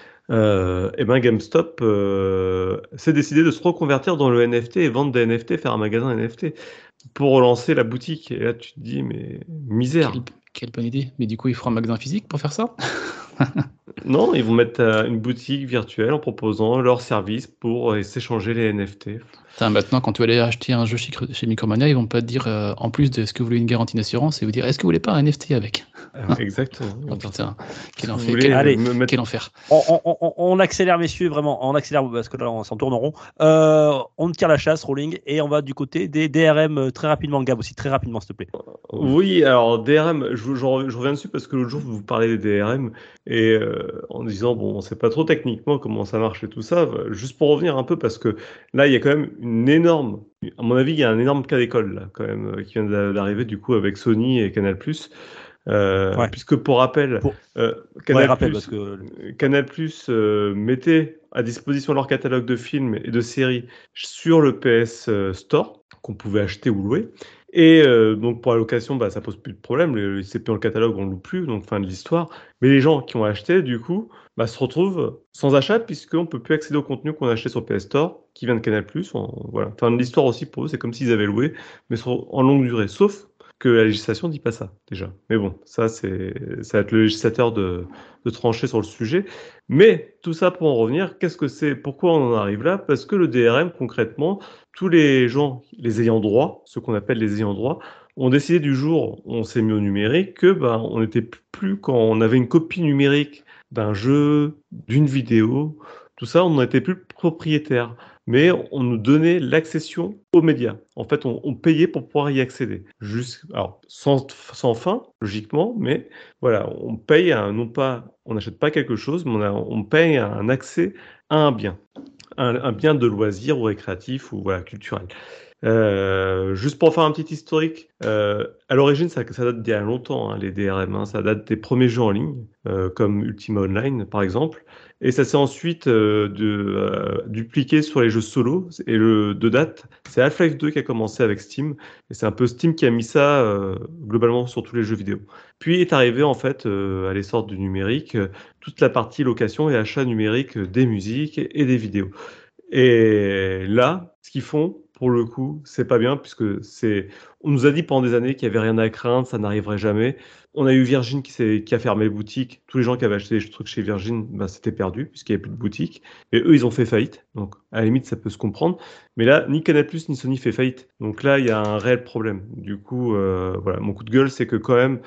Et ben GameStop s'est décidé de se reconvertir dans le NFT et vendre des NFT, faire un magasin NFT pour relancer la boutique. Et là, tu te dis, mais misère. Quelle bonne idée. Mais du coup, ils feront un magasin physique pour faire ça? Non, ils vont mettre une boutique virtuelle en proposant leurs services pour s'échanger les NFT. Maintenant, quand tu vas aller acheter un jeu chez Micromania, ils vont pas te dire, en plus de est-ce que vous voulez une garantie d'assurance, ils vont dire est-ce que vous voulez pas un NFT avec? Exactement. Oh putain, quel Si enfer. vous voulez, Allez, Quel enfer. On accélère, messieurs, vraiment. On accélère parce que là, on s'en tourne en rond. On tire la chasse, Rolling, et on va du côté des DRM très rapidement. Gab aussi, très rapidement, s'il te plaît. Oui, alors DRM, je reviens dessus parce que l'autre jour, vous parlez des DRM et en disant, bon, on sait pas trop techniquement comment ça marche et tout ça. Juste pour revenir un peu, parce que là, il y a quand même à mon avis, il y a un énorme cas d'école là, quand même, qui vient d'arriver du coup avec Sony et Canal+. Puisque pour rappel, Canal+, mettait à disposition leur catalogue de films et de séries sur le PS Store, qu'on pouvait acheter ou louer. Et donc pour la location, ça pose plus de problème. C'est plus dans le catalogue, on ne loue plus, donc fin de l'histoire. Mais les gens qui ont acheté, du coup, se retrouvent sans achat, puisqu'on ne peut plus accéder au contenu qu'on a acheté sur PS Store, qui vient de Canal+. Voilà. Fin de l'histoire aussi pour eux, c'est comme s'ils avaient loué, mais en longue durée. Sauf que la législation ne dit pas ça, déjà. Mais bon, ça va être le législateur de trancher sur le sujet. Mais tout ça pour en revenir, qu'est-ce que c'est? Pourquoi on en arrive là? Parce que le DRM, concrètement, tous les gens, les ayants droit, ce qu'on appelle les ayants droit, ont décidé du jour où on s'est mis au numérique que on n'était plus quand on avait une copie numérique d'un jeu, d'une vidéo, tout ça, on n'en était plus propriétaire. mais on nous donnait l'accession aux médias. En fait, on payait pour pouvoir y accéder. Alors, sans fin, logiquement, mais voilà, on paye non pas, on n'achète pas quelque chose, mais on paye un accès à un bien. Un bien de loisir ou récréatif ou voilà, culturel. Juste pour faire un petit historique, à l'origine, ça date d'il y a longtemps, hein, les DRM, hein, ça date des premiers jeux en ligne, comme Ultima Online par exemple, et ça s'est ensuite dupliqué sur les jeux solo, et de date, c'est Half-Life 2 qui a commencé avec Steam, et c'est un peu Steam qui a mis ça globalement sur tous les jeux vidéo. Puis est arrivé en fait à l'essor du numérique, toute la partie location et achat numérique des musiques et des vidéos. Et là, ce qu'ils font, pour le coup, c'est pas bien, puisque on nous a dit pendant des années qu'il y avait rien à craindre, ça n'arriverait jamais. On a eu Virgin qui a fermé les boutiques. Tous les gens qui avaient acheté des trucs chez Virgin, ben, c'était perdu, puisqu'il n'y avait plus de boutique. Et eux, ils ont fait faillite. Donc, à la limite, ça peut se comprendre. Mais là, ni Canal+, ni Sony fait faillite. Donc là, il y a un réel problème. Du coup, voilà, mon coup de gueule, c'est que quand même,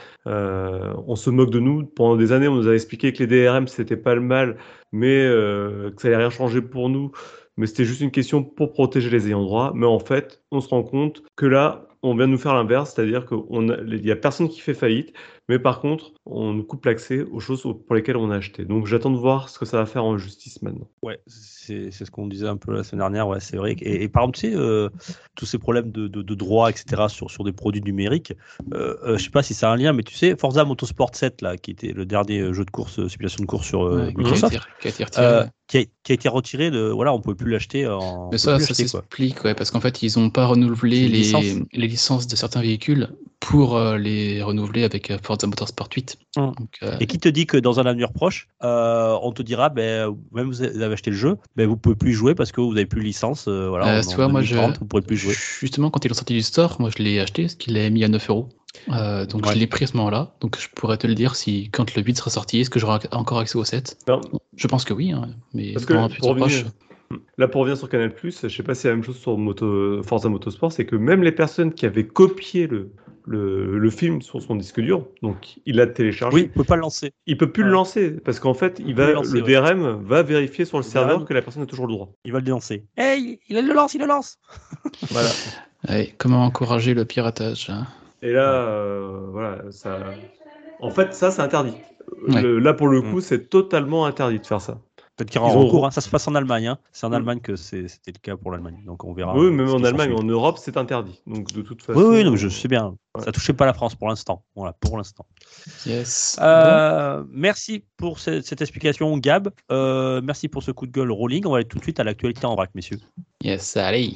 on se moque de nous. Pendant des années, on nous a expliqué que les DRM, c'était pas le mal, mais que ça n'allait rien changer pour nous. Mais c'était juste une question pour protéger les ayants droit. Mais en fait, on se rend compte que là, on vient de nous faire l'inverse, c'est-à-dire qu'il n'y a personne qui fait faillite, mais par contre, on nous coupe l'accès aux choses pour lesquelles on a acheté. Donc j'attends de voir ce que ça va faire en justice maintenant. Ouais, c'est ce qu'on disait un peu la semaine dernière, ouais, c'est vrai. Et par exemple, tu sais, tous ces problèmes de droit, etc., sur des produits numériques, je sais pas si ça a un lien, mais tu sais, Forza Motorsport 7, là, qui était le dernier jeu de course, simulation de course sur Microsoft, qui a été retiré. Qui a été retiré, voilà, on pouvait plus l'acheter. Mais ça s'explique, ouais, parce qu'en fait, ils n'ont pas renouvelé les licences de certains véhicules pour les renouveler avec Forza Motorsport 8. Donc, et qui te dit que dans un avenir proche, on te dira, même vous avez acheté le jeu, vous pouvez plus y jouer parce que vous n'avez plus de licence. Voilà, tu vois, moi, vous pourrez plus jouer. Justement, quand ils l'ont sorti du store, moi, je l'ai acheté parce qu'il l'avait mis à 9€. Donc je l'ai pris à ce moment-là, donc je pourrais te le dire si quand le 8 sera sorti, est-ce que j'aurai encore accès au 7 ? Je pense que oui, hein, mais parce que pour revenir sur Canal+, je sais pas si c'est la même chose sur Forza Motorsport, c'est que même les personnes qui avaient copié le film sur son disque dur, donc il l'a téléchargé. Oui, il peut pas le lancer. Il peut plus le lancer parce qu'en fait, le DRM va vérifier sur le serveur que la personne a toujours le droit. Il va le dénoncer. Hey, il le lance. Voilà. Ouais, comment encourager le piratage, hein. Et là, voilà, ça. En fait, ça, c'est interdit. Là, pour le coup, c'est totalement interdit de faire ça. Peut-être qu'il y aura un recours, hein. Ça se passe en Allemagne. Hein. C'est en Allemagne que c'était le cas pour l'Allemagne. Donc on verra. Oui, même en Allemagne, en Europe, c'est interdit. Donc de toute façon. Oui, donc je sais bien. Ouais. Ça touchait pas la France pour l'instant. Voilà, pour l'instant. Yes. Merci pour cette explication, Gab. Merci pour ce coup de gueule rolling. On va aller tout de suite à l'actualité en vrac, messieurs. Yes, allez.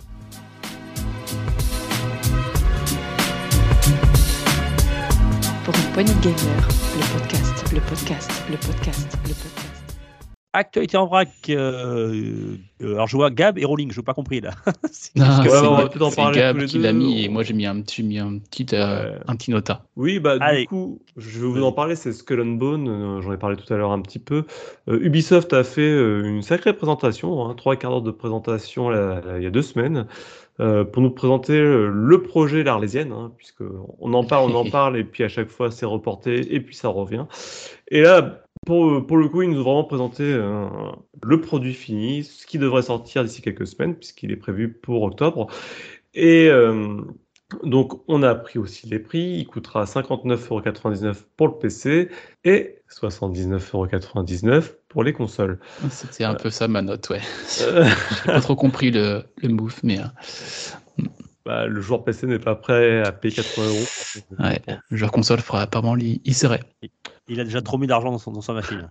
Pour une poignée de gamer, le podcast. Actualité en vrac. Alors je vois Gab et Rolling, je n'ai pas compris là. C'est Gab qui l'a mis et moi j'ai mis un petit nota. Oui, du coup, je vais vous en parler, c'est Skull and Bone, j'en ai parlé tout à l'heure un petit peu. Ubisoft a fait une sacrée présentation, 3/4 d'heure de présentation il y a 2 semaines. Pour nous présenter le projet l'Arlésienne, puisque on en parle, et puis à chaque fois c'est reporté, et puis ça revient. Et là, pour le coup, ils nous ont vraiment présenté le produit fini, ce qui devrait sortir d'ici quelques semaines, puisqu'il est prévu pour octobre. Et donc, on a appris aussi les prix. Il coûtera 59,99€ pour le PC et 79,99€ pour les consoles. C'était un peu ça ma note, ouais. J'ai pas trop compris le move, mais... le joueur PC n'est pas prêt à payer 80€. Ouais, le joueur console, apparemment, il serait. Il a déjà trop mis d'argent dans sa machine.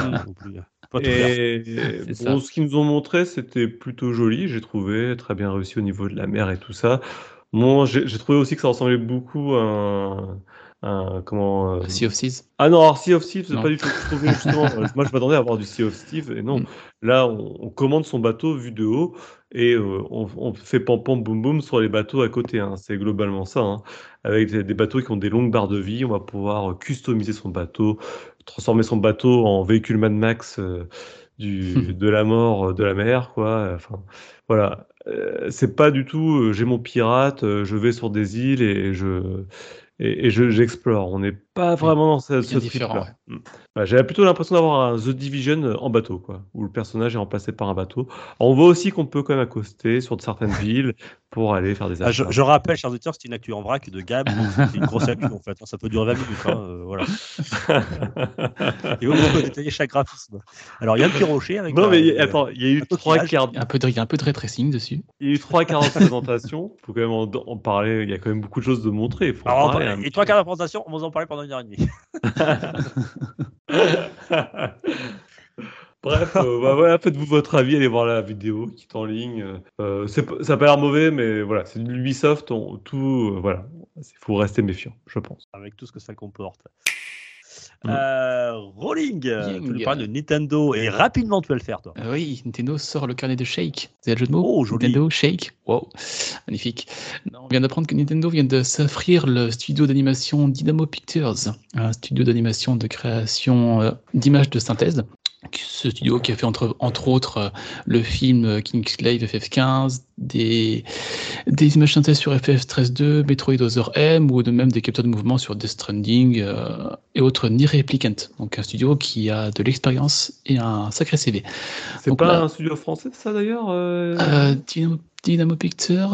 Ce qu'ils nous ont montré, c'était plutôt joli, j'ai trouvé, très bien réussi au niveau de la mer et tout ça. Bon, j'ai trouvé aussi que ça ressemblait beaucoup à Sea of Thieves. Ah non, alors Sea of Thieves, c'est pas du tout. Justement, moi, je m'attendais à voir du Sea of Thieves, et non. Là, on commande son bateau vu de haut, et on fait pam-pam boum-boum sur les bateaux à côté. C'est globalement ça. Avec des bateaux qui ont des longues barres de vie, on va pouvoir customiser son bateau, transformer son bateau en véhicule Mad Max de la mort de la mer, quoi. Enfin, voilà. C'est pas du tout j'ai mon pirate, je vais sur des îles et et j'explore. On n'est pas vraiment dans ce bien différent, trip-là. J'avais plutôt l'impression d'avoir un The Division en bateau, quoi, où le personnage est remplacé par un bateau. Alors, on voit aussi qu'on peut quand même accoster sur certaines villes pour aller faire des achats. Je rappelle, chers auditeurs, c'est une actu en vrac de Gab, donc c'est une grosse actu en fait. Ça peut durer 20 minutes, voilà. Et vous pouvez détailler chaque graphisme. Alors, il y a un petit rocher avec. Non, mais attends, il y a eu un 3 coquillage. quarts. Il y a un peu de ray tracing dessus. Il y a eu 3 quarts de présentation. Il faut quand même en parler. Il y a quand même beaucoup de choses de montrer. Il faut en Alors, parler un les petit 3 peu. quarts de la présentation, on va en parler pendant 1h30. Bref, voilà, faites-vous votre avis, allez voir la vidéo qui est en ligne. Ça n'a pas l'air mauvais, mais voilà, c'est de l'Ubisoft, voilà, il faut rester méfiant, je pense. Avec tout ce que ça comporte. Mm. Rolling, tu nous Ying. parles de Nintendo et rapidement tu vas le faire toi. Oui, Nintendo sort le carnet de Shake. C'est le jeu de mots. Oh, joli. Nintendo Shake. Wow, magnifique. On vient d'apprendre que Nintendo vient de s'offrir le studio d'animation Dynamo Pictures, un studio d'animation de création d'images de synthèse. Ce studio qui a fait entre autres le film Kingslave FF15, des images synthèses sur FF13-2, Metroid Other M, ou de même des capteurs de mouvement sur Death Stranding et autres Nier Replicant. Donc un studio qui a de l'expérience et un sacré CV. C'est Donc pas là- un studio français, ça d'ailleurs Dynamo Pictures,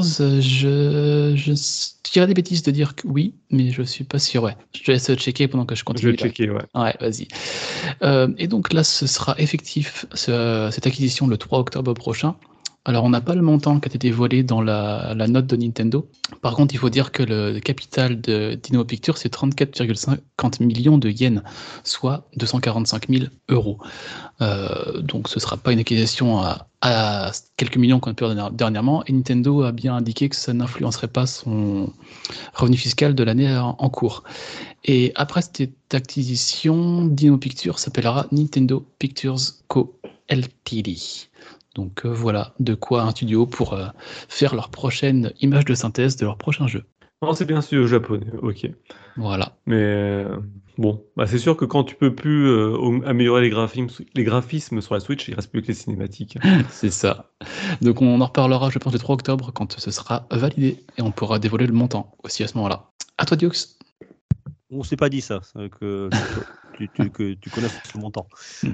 je dirais des bêtises de dire que oui, mais je suis pas sûr. Ouais. Je te laisse checker pendant que je Je continue. vais checker, ouais. Ouais, vas-y. Et donc là, ce sera effectif, cette acquisition, le 3 octobre prochain. Alors, on n'a pas le montant qui a été dévoilé dans la note de Nintendo. Par contre, il faut dire que le capital de Dynamo Pictures, c'est 34,50 millions de yens, soit 245 000 euros. Donc, ce ne sera pas une acquisition à quelques millions qu'on a pu dernièrement. Et Nintendo a bien indiqué que ça n'influencerait pas son revenu fiscal de l'année en cours. Et après cette acquisition, Dynamo Pictures s'appellera Nintendo Pictures Co. Ltd. Donc voilà de quoi un studio pour faire leur prochaine image de synthèse de leur prochain jeu. Non, c'est bien un studio japonais, ok. Voilà. Mais bon, c'est sûr que quand tu peux plus améliorer les graphismes sur la Switch, il reste plus que les cinématiques. C'est ça. Donc on en reparlera, je pense, le 3 octobre quand ce sera validé et on pourra dévoiler le montant aussi à ce moment-là. À toi, Dioux. On s'est pas dit ça, que tu connais ce montant.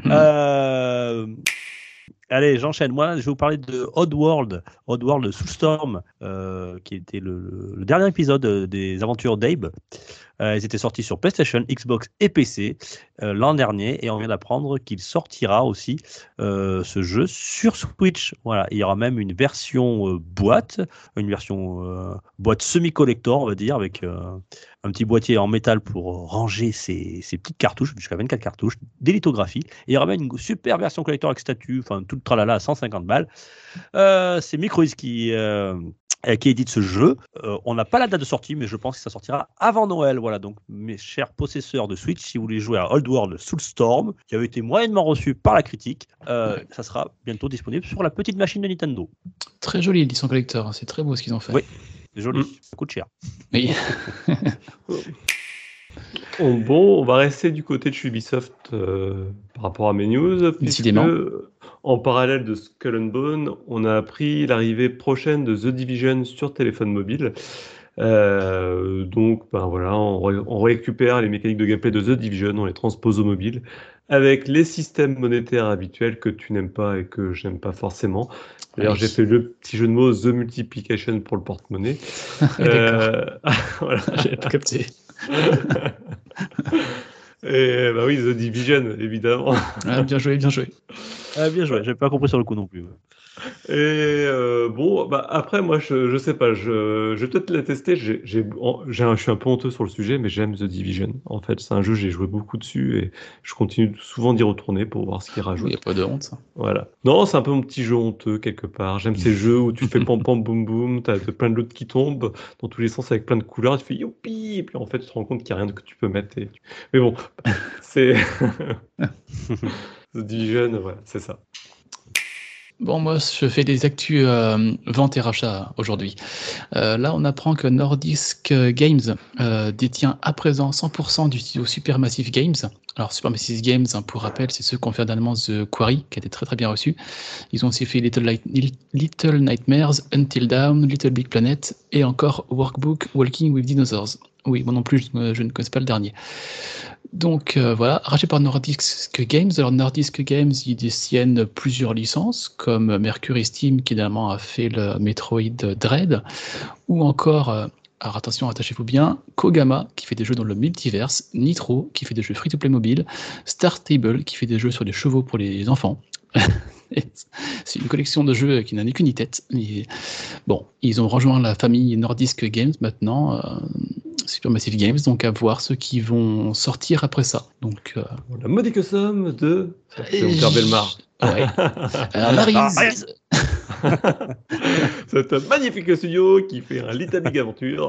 Allez, j'enchaîne. Moi, je vais vous parler de Oddworld Soulstorm, qui était le dernier épisode des aventures d'Abe. Ils étaient sortis sur PlayStation, Xbox et PC l'an dernier, et on vient d'apprendre qu'il sortira aussi ce jeu sur Switch. Voilà, il y aura même une version boîte semi-collector, on va dire, avec un petit boîtier en métal pour ranger ses petites cartouches, jusqu'à 24 cartouches, des lithographies. Et il y aura même une super version collector avec statut, enfin tout le tralala à 150 balles. C'est Microids qui édite ce jeu. On n'a pas la date de sortie, mais je pense que ça sortira avant Noël. Voilà, donc mes chers possesseurs de Switch, si vous voulez jouer à Oddworld Soulstorm, qui avait été moyennement reçu par la critique, ça sera bientôt disponible sur la petite machine de Nintendo. Très joli l'édition collector, hein. C'est très beau ce qu'ils ont fait. Oui, c'est joli, ça coûte cher. Oui. Bon, on va rester du côté de chez Ubisoft par rapport à mes news, puisque Décidément. en parallèle de Skull and Bone, on a appris l'arrivée prochaine de The Division sur téléphone mobile. Donc, voilà, on récupère les mécaniques de gameplay de The Division, on les transpose au mobile, avec les systèmes monétaires habituels que tu n'aimes pas et que j'aime pas forcément. D'ailleurs, Oui. j'ai fait le petit jeu de mots The Multiplication pour le porte-monnaie. D'accord. Voilà. J'ai pas capté. Et oui, The Division, évidemment. Ah, bien joué, bien joué. Bien joué, j'avais pas compris sur le coup non plus. Et bon, après, moi, je sais pas, je vais peut-être la tester. Je suis un peu honteux sur le sujet, mais j'aime The Division. En fait, c'est un jeu, j'ai joué beaucoup dessus et je continue souvent d'y retourner pour voir ce qu'il Il rajoute. n'y a pas de honte. Ça. Voilà. Non, c'est un peu mon petit jeu honteux quelque part. J'aime ces jeux où tu fais pam pam boum boum, t'as plein de loot qui tombent dans tous les sens avec plein de couleurs, tu fais youpi, et puis en fait, tu te rends compte qu'il n'y a rien que tu peux mettre. Mais bon, c'est. The Division, voilà, c'est ça. Bon, moi, je fais des actus vente et rachat aujourd'hui. Là, on apprend que Nordisk Games détient à présent 100% du studio Supermassive Games. Alors, Supermassive Games, hein, pour rappel, c'est ceux qui ont fait dernièrement The Quarry, qui a été très très bien reçu. Ils ont aussi fait Little Nightmares, Until Dawn, Little Big Planet et encore Workbook Walking with Dinosaurs. Oui, moi non plus, je ne connais pas le dernier. Donc voilà, racheté par Nordisk Games. Alors Nordisk Games, ils détiennent plusieurs licences, comme Mercury Steam, qui également a fait le Metroid Dread, ou encore, alors attention, attachez-vous bien, Kogama, qui fait des jeux dans le multiverse, Nitro, qui fait des jeux free-to-play mobile, Star Stable, qui fait des jeux sur des chevaux pour les enfants. C'est une collection de jeux qui n'a ni queue ni tête. Mais bon, ils ont rejoint la famille Nordisk Games maintenant, Supermassive Games, donc à voir ceux qui vont sortir après ça. Donc, La modique somme de... C'est Pierre Bellemare. Ouais. Maryse. C'est un magnifique studio qui fait un Little Big Aventure.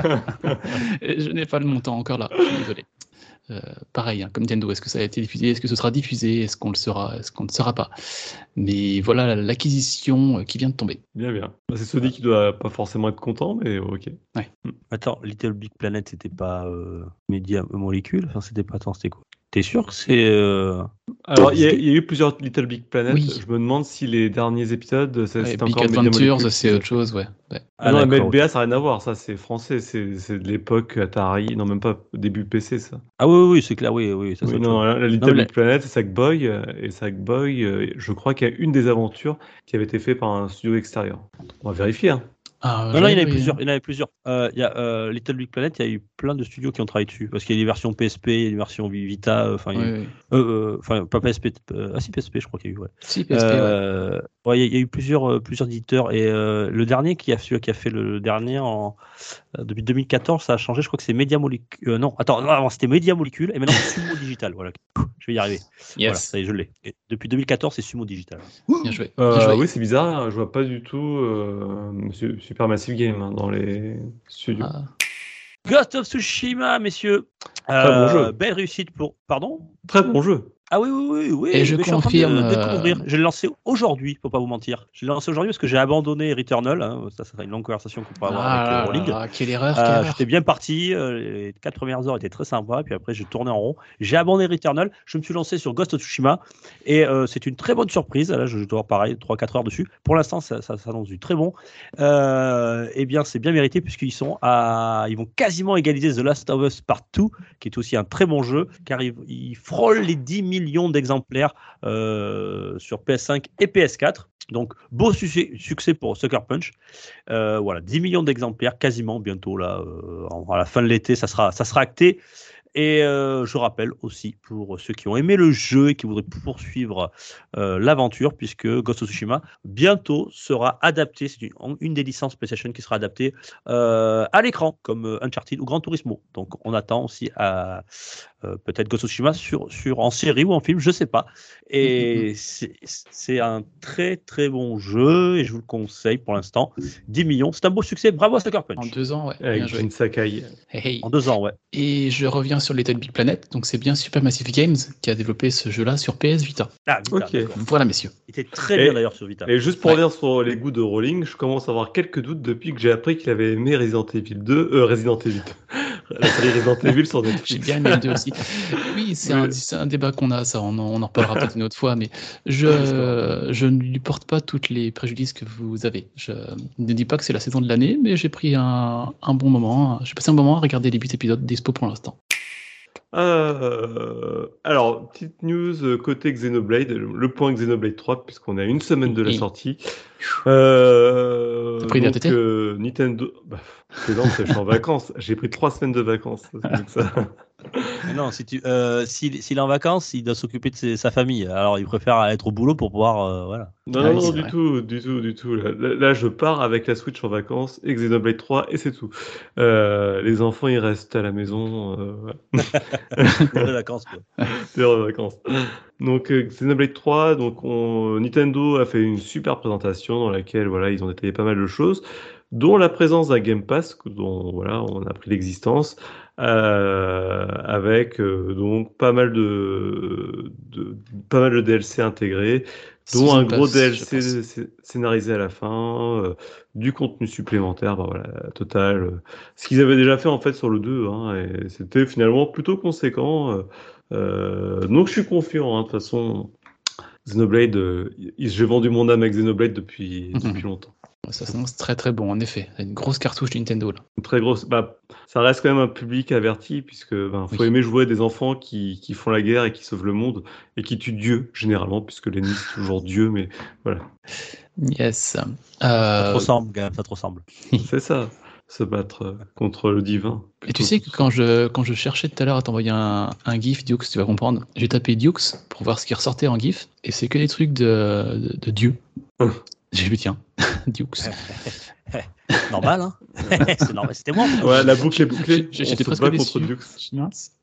Je n'ai pas le montant encore là, je suis désolé. Pareil, hein, comme Nintendo, est-ce que ça a été diffusé, est-ce que ce sera diffusé, est-ce qu'on le saura, est-ce qu'on ne saura pas. Mais voilà l'acquisition qui vient de tomber. Bien, bien. C'est Sony qui doit pas forcément être content, mais ok. Ouais. Attends, Little Big Planet, c'était pas Media Molecule? Enfin, c'était pas... Attends, c'était quoi? T'es sûr que c'est... Alors, il y a eu plusieurs Little Big Planet. Oui. Je me demande si les derniers épisodes, c'était Big encore Media Adventures, Molecule. c'est autre chose, ouais. Ah non, d'accord, MLBA, ça n'a rien à voir. Ça, c'est français. C'est de l'époque Atari. Non, même pas début PC, ça. Ah oui, c'est clair, oui, ça Oui, c'est autre non, chose. la Little mais Big Planet, c'est Sackboy. Et Sackboy, je crois qu'il y a une des aventures qui avait été faite par un studio extérieur. On va vérifier. Hein. Ah, Non, il y en avait plusieurs. Il y a Little Big Planet, il y a eu plein de studios qui ont travaillé dessus. Parce qu'il y a des versions PSP, il y a des versions Vita, enfin, pas PSP, si PSP, je crois qu'il y a eu, ouais. Si, PSP, ouais. Ouais, il y a eu plusieurs éditeurs. Et le dernier, celui qui a fait le dernier depuis 2014, ça a changé. Je crois que c'est Media Molecule. Non, avant c'était Media Molecule et maintenant c'est Sumo Digital. Voilà, je vais y arriver. Yes. Voilà, ça y est, je l'ai. Et depuis 2014, c'est Sumo Digital. Bien joué. Oui, c'est bizarre. Je vois pas du tout Supermassive Game dans les studios. Ah. Ghost of Tsushima, messieurs. Très bon jeu. Belle réussite pour. Pardon? Très bon jeu. Ah oui. Et je mais suis en train confirme, de découvrir. Je l'ai lancé aujourd'hui, faut pas vous mentir. Je l'ai lancé aujourd'hui parce que j'ai abandonné Returnal. Hein. Ça sera une longue conversation qu'on pourra avoir avec Rolling. Quelle erreur. J'étais bien parti. Les 4 premières heures étaient très sympas. Puis après, j'ai tourné en rond. J'ai abandonné Returnal. Je me suis lancé sur Ghost of Tsushima. Et c'est une très bonne surprise. Là, je dois pareil 3-4 heures dessus. Pour l'instant, ça s'annonce du très bon. Eh bien, c'est bien mérité puisqu'ils ils vont quasiment égaliser The Last of Us Part 2, qui est aussi un très bon jeu, car ils frôlent les 10 millions d'exemplaires sur PS5 et PS4. Donc, beau succès pour Sucker Punch. Voilà, 10 millions d'exemplaires quasiment bientôt là, à la fin de l'été, ça sera acté. Et je rappelle aussi pour ceux qui ont aimé le jeu et qui voudraient poursuivre l'aventure, puisque Ghost of Tsushima bientôt sera adapté, c'est une des licences PlayStation qui sera adaptée à l'écran, comme Uncharted ou Gran Turismo. Donc on attend aussi peut-être Ghost of Tsushima en série ou en film, je sais pas. Et c'est un très très bon jeu et je vous le conseille pour l'instant. 10 millions, c'est un beau succès, bravo à Sucker Punch. En 2 ans, ouais. Avec Jin Sakai. Hey. En 2 ans, ouais. Et je reviens sur Little Big Planet, donc c'est bien Supermassive Games qui a développé ce jeu-là sur PS Vita. Ah, Vita, ok. Voilà, messieurs. Il était très bien d'ailleurs sur Vita. Et juste pour revenir sur les goûts de Rowling, je commence à avoir quelques doutes depuis que j'ai appris qu'il avait aimé Resident Evil 2. Resident Evil 2. La série Resident Evil sur Netflix. J'ai bien aimé le 2 aussi. Oui, c'est un débat qu'on a, ça. On en reparlera peut-être une autre fois, mais je ne lui porte pas tous les préjudices que vous avez. Je ne dis pas que c'est la saison de l'année, mais j'ai pris un bon moment. J'ai passé un moment à regarder les 8 épisodes d'Expo pour l'instant. Alors, petite news côté Xenoblade, le point Xenoblade 3, puisqu'on a une semaine de la sortie. T'as pris des RTT Nintendo. Non, je suis en vacances. J'ai pris 3 semaines de vacances. Ça. Non, s'il est en vacances, il doit s'occuper de sa famille. Alors, il préfère être au boulot pour pouvoir, voilà. Non, du tout. Là, je pars avec la Switch en vacances et Xenoblade 3 et c'est tout. Les enfants, ils restent à la maison. Des vacances, quoi. Des vacances. Donc, Xenoblade 3, donc Nintendo a fait une super présentation dans laquelle, voilà, ils ont détaillé pas mal de choses, dont la présence d'un Game Pass, dont voilà, on a appris l'existence, avec donc pas mal de DLC intégrés, Dont un Season gros Pass, je DLC scénarisé à la fin, du contenu supplémentaire, bah voilà, la totale. Ce qu'ils avaient déjà fait en fait sur le 2, hein, et c'était finalement plutôt conséquent. Donc je suis confiant, hein, de toute façon. Xenoblade, j'ai vendu mon âme avec Xenoblade depuis longtemps. Ça s'annonce très très bon, en effet. Une grosse cartouche Nintendo, là. Une très grosse. Bah, ça reste quand même un public averti, puisque faut Oui. aimer jouer des enfants qui font la guerre et qui sauvent le monde et qui tuent Dieu, généralement, puisque l'ennemi c'est toujours Dieu, mais voilà. Yes. Ça te ressemble, quand même, ça te ressemble. C'est ça, se battre contre le divin. Et tu sais que quand je cherchais tout à l'heure à t'envoyer un GIF Dukes, tu vas comprendre, j'ai tapé Dukes pour voir ce qui ressortait en GIF, et c'est que des trucs de Dieu. J'ai vu, tiens, Dukes. Normal, hein. C'est normal, c'était moi. Ouais, la boucle est bouclée. J'étais On se presque bat déçu. contre Dukes. Mince.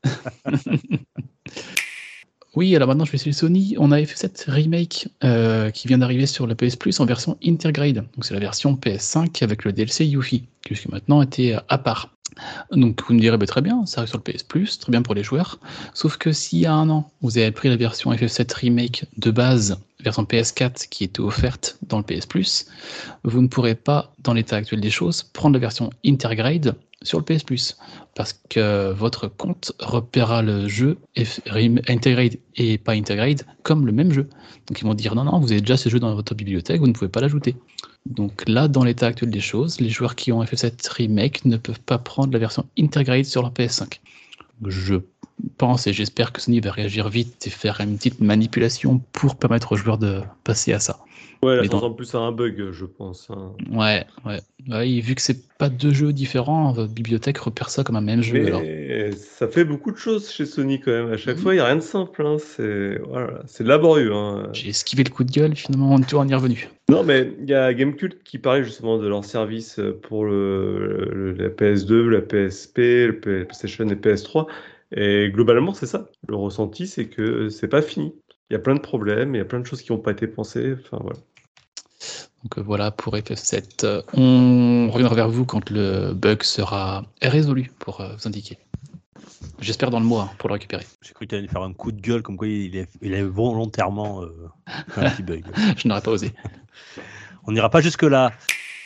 Oui, alors maintenant je vais sur Sony. On a FF7 Remake qui vient d'arriver sur le PS Plus en version Intergrade. Donc c'est la version PS5 avec le DLC Yuffie, qui jusqu'à maintenant était à part. Donc vous me direz, bah, très bien, ça arrive sur le PS Plus, très bien pour les joueurs. Sauf que s'il y a un an, vous avez pris la version FF7 Remake de base, version PS4 qui était offerte dans le PS Plus, vous ne pourrez pas, dans l'état actuel des choses, prendre la version Intergrade sur le PS Plus, parce que votre compte repérera le jeu Intergrade et pas Intergrade comme le même jeu. Donc ils vont dire non, vous avez déjà ce jeu dans votre bibliothèque, vous ne pouvez pas l'ajouter. Donc là, dans l'état actuel des choses, les joueurs qui ont FF7 Remake ne peuvent pas prendre la version Intergrade sur leur PS5. Je pense et j'espère que Sony va réagir vite et faire une petite manipulation pour permettre aux joueurs de passer à ça. Ouais, Mais ça ressemble plus à un bug, je pense. Hein. Ouais, et vu que c'est pas deux jeux différents, votre bibliothèque repère ça comme un même jeu. Mais Alors. ça fait beaucoup de choses chez Sony quand même. À chaque fois, il n'y a rien de simple. Hein. C'est laborieux. Hein. J'ai esquivé le coup de gueule, finalement, on y est revenu. Non, mais il y a Gamecult qui parlait justement de leur service pour la PS2, la PSP, le PlayStation et PS3. Et globalement, c'est ça. Le ressenti, c'est que c'est pas fini. Il y a plein de problèmes, il y a plein de choses qui n'ont pas été pensées. Enfin, voilà. Donc voilà pour FF7. On reviendra vers vous quand le bug sera résolu pour vous indiquer. J'espère dans le mois pour le récupérer. J'ai cru que tu allais faire un coup de gueule comme quoi il est volontairement un petit bug. Je n'aurais pas osé. On n'ira pas jusque-là.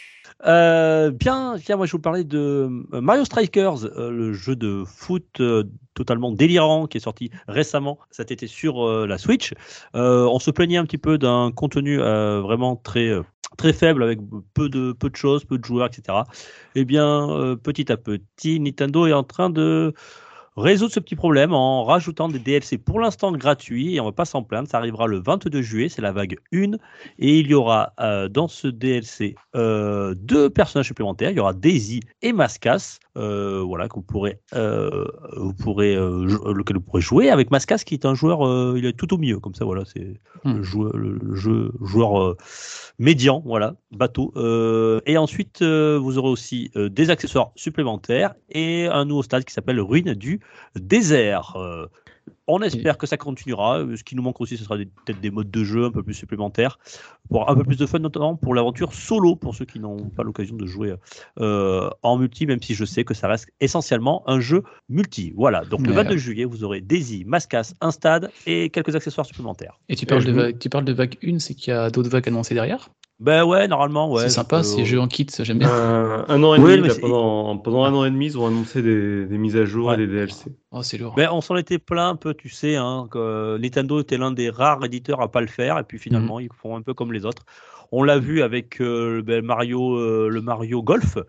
Bien, moi je vous parlais de Mario Strikers, le jeu de foot totalement délirant qui est sorti récemment cet été sur la Switch. On se plaignait un petit peu d'un contenu vraiment très faible avec peu de choses, peu de joueurs, etc. Eh bien, petit à petit, Nintendo est en train de résoudre ce petit problème en rajoutant des DLC pour l'instant gratuits et on ne va pas s'en plaindre, ça arrivera le 22 juillet, c'est la vague 1 et il y aura dans ce DLC 2 personnages supplémentaires, il y aura Daisy et Mascas, voilà, lequel vous pourrez jouer avec Mascas qui est un joueur, il est tout au milieu, comme ça voilà, c'est le joueur médian, voilà, bateau. Et ensuite, vous aurez aussi des accessoires supplémentaires et un nouveau stade qui s'appelle Ruine du désert. On espère que ça continuera. Ce qui nous manque aussi, ce sera peut-être des modes de jeu un peu plus supplémentaires, pour un peu plus de fun, notamment pour l'aventure solo, pour ceux qui n'ont pas l'occasion de jouer en multi, même si je sais que ça reste essentiellement un jeu multi. Voilà, donc le 22 juillet, vous aurez Daisy, Mascas, un stade et quelques accessoires supplémentaires. Et tu parles de vague 1, c'est qu'il y a d'autres vagues annoncées derrière ? Ben ouais, normalement, ouais. C'est sympa, ces jeux en kit, j'aime bien. Un an et demi, mais pendant un an et demi, ils ont annoncé des mises à jour et des DLC. Oh, c'est lourd. Ben, on s'en était plaint un peu, tu sais, hein, que Nintendo était l'un des rares éditeurs à pas le faire, et puis finalement, ils font un peu comme les autres. On l'a vu avec le Mario Golf,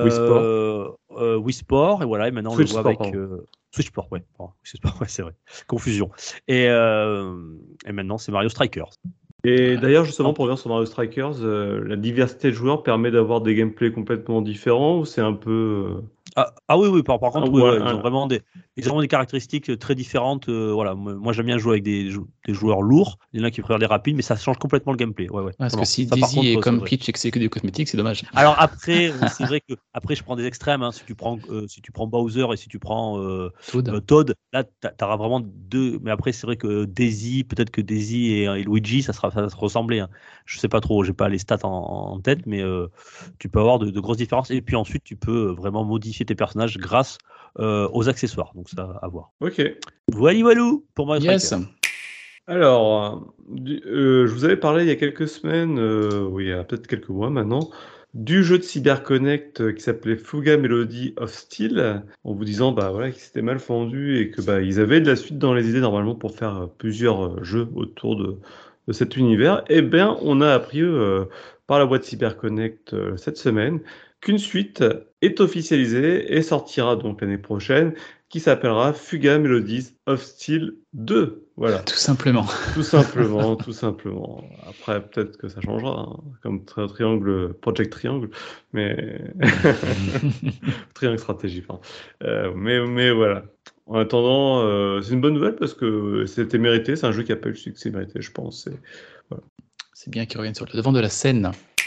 Wii Sport, et voilà, et maintenant Switch on le voit Sport, avec Switch Sport, ouais. C'est vrai, confusion. Et maintenant, c'est Mario Strikers. Et d'ailleurs, justement, pour revenir sur Mario Strikers, la diversité de joueurs permet d'avoir des gameplays complètement différents ou c'est un peu... Ah oui, par contre, ils ont vraiment des caractéristiques très différentes. Voilà, moi j'aime bien jouer avec des joueurs lourds. Il y en a qui préfèrent les rapides, mais ça change complètement le gameplay. Ouais. Parce que si Daisy est comme Peach et que c'est que du cosmétique, c'est dommage. Alors après, c'est vrai que après je prends des extrêmes. Hein. Si tu prends Bowser et si tu prends Toad, là t'auras vraiment deux. Mais après c'est vrai que Daisy, peut-être que Daisy et Luigi, ça va se ressembler. Hein. Je sais pas trop, j'ai pas les stats en tête, mais tu peux avoir de grosses différences. Et puis ensuite tu peux vraiment modifier tes personnages grâce aux accessoires, donc ça à voir. Ok. Voilou pour Mario Strikers. Alors, je vous avais parlé il y a quelques semaines, oui, il y a peut-être quelques mois maintenant, du jeu de CyberConnect qui s'appelait Fuga Melody of Steel, en vous disant qu'il s'était mal vendu et que ils avaient de la suite dans les idées normalement pour faire plusieurs jeux autour de cet univers. Eh bien, on a appris par la voix de CyberConnect cette semaine qu'une suite est officialisée et sortira donc l'année prochaine, qui s'appellera Fuga Melodies of Steel 2. Voilà. Tout simplement. Tout simplement, tout simplement. Après, peut-être que ça changera, hein, comme Triangle, Project Triangle, mais Triangle Stratégie, pardon. Mais voilà. En attendant, c'est une bonne nouvelle parce que c'était mérité. C'est un jeu qui a pas eu le succès mérité, je pense. Voilà. C'est bien qu'ils reviennent sur le devant de la scène.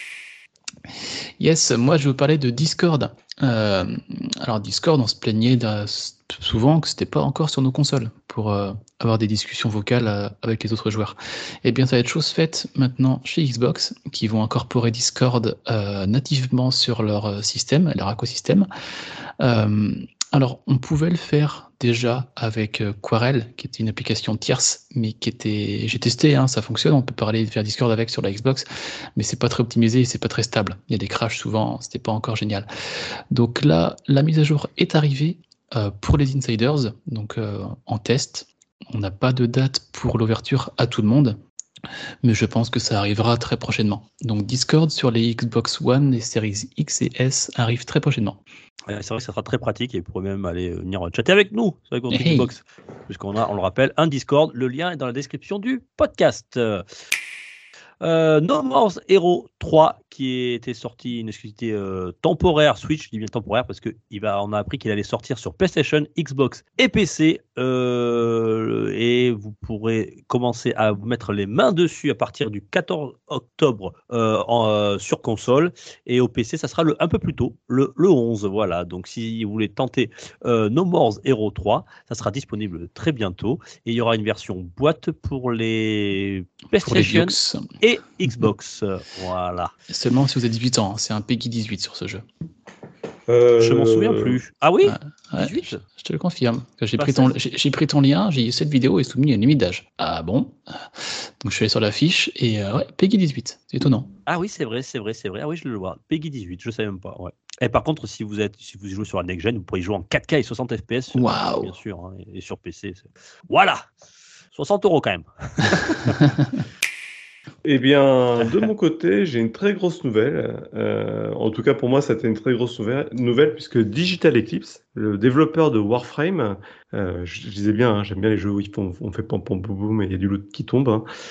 Yes, moi je vais vous parler de Discord. Alors Discord, on se plaignait souvent que c'était pas encore sur nos consoles pour avoir des discussions vocales avec les autres joueurs. Eh bien, ça va être chose faite maintenant chez Xbox, qui vont incorporer Discord nativement sur leur système, leur écosystème. Alors, on pouvait le faire déjà avec Quarel, qui était une application tierce, mais j'ai testé, ça fonctionne, on peut parler faire Discord avec sur la Xbox, mais c'est pas très optimisé et c'est pas très stable. Il y a des crashs souvent, c'était pas encore génial. Donc là, la mise à jour est arrivée pour les insiders, donc en test. On n'a pas de date pour l'ouverture à tout le monde, mais je pense que ça arrivera très prochainement. Donc Discord sur les Xbox One, les Series X et S arrive très prochainement. Ouais, c'est vrai que ça sera très pratique et vous pourrez même aller venir chatter avec nous sur les comptes Xbox, puisqu'on a, on le rappelle, un Discord. Le lien est dans la description du podcast. No More Heroes 3 qui était sorti une exclusivité temporaire Switch, je dis bien temporaire parce on a appris qu'il allait sortir sur PlayStation, Xbox et PC et vous pourrez commencer à vous mettre les mains dessus à partir du 14 octobre sur console, et au PC ça sera un peu plus tôt, le 11. Voilà, donc si vous voulez tenter No More Heroes 3, ça sera disponible très bientôt et il y aura une version boîte pour les PlayStation et Xbox. Voilà. Seulement si vous avez 18 ans, c'est un PEGI 18 sur ce jeu. Je m'en souviens plus. Ah oui, 18 je te le confirme. J'ai pris ton lien, j'ai cette vidéo est soumise à une limite d'âge. Ah bon? Donc je suis allé sur la fiche et PEGI 18, c'est étonnant. Ah oui, c'est vrai. Ah oui, je le vois. PEGI 18, je ne savais même pas. Ouais. Et par contre, si vous jouez sur la next gen, vous pourrez jouer en 4K et 60 FPS. Waouh. Bien sûr, et sur PC. Voilà, 60 € quand même. Eh bien, de mon côté, j'ai une très grosse nouvelle. En tout cas, pour moi, c'était une très grosse nouvelle puisque Digital Eclipse, le développeur de Warframe, je disais bien, j'aime bien les jeux où on fait pam pam boum boum et il y a du loot qui tombe.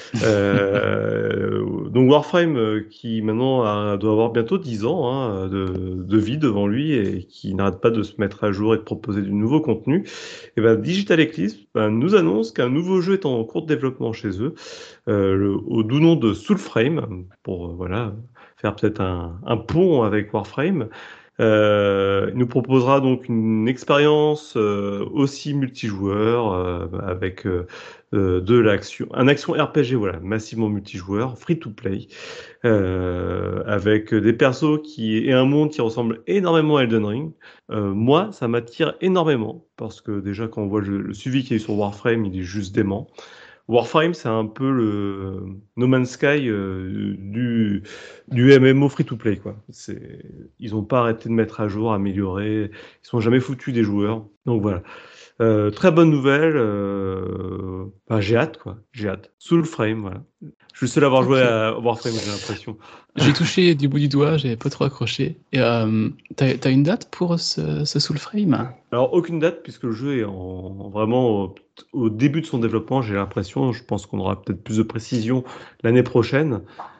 Donc Warframe, qui maintenant doit avoir bientôt 10 ans de vie devant lui et qui n'arrête pas de se mettre à jour et de proposer du nouveau contenu. Et ben Digital Eclipse nous annonce qu'un nouveau jeu est en cours de développement chez eux. Au doux nom de Soulframe, pour faire peut-être un pont avec Warframe. Il nous proposera donc une expérience aussi multijoueur avec de l'action, un action RPG massivement multijoueur, free to play, avec des persos et un monde qui ressemble énormément à Elden Ring. Moi, ça m'attire énormément parce que déjà quand on voit le suivi qu'il y a eu sur Warframe, il est juste dément. Warframe, c'est un peu le No Man's Sky du MMO free-to-play, quoi. Ils n'ont pas arrêté de mettre à jour, améliorer. Ils sont jamais foutus des joueurs. Donc voilà. Très bonne nouvelle. J'ai hâte, quoi. J'ai hâte. Soulframe, voilà. Je suis le seul à avoir joué à Warframe, j'ai l'impression. J'ai touché du bout du doigt, j'ai pas trop accroché. Et t'as une date pour ce Soulframe? Alors, aucune date, puisque le jeu est vraiment au début de son développement, j'ai l'impression. Je pense qu'on aura peut-être plus de précision l'année prochaine.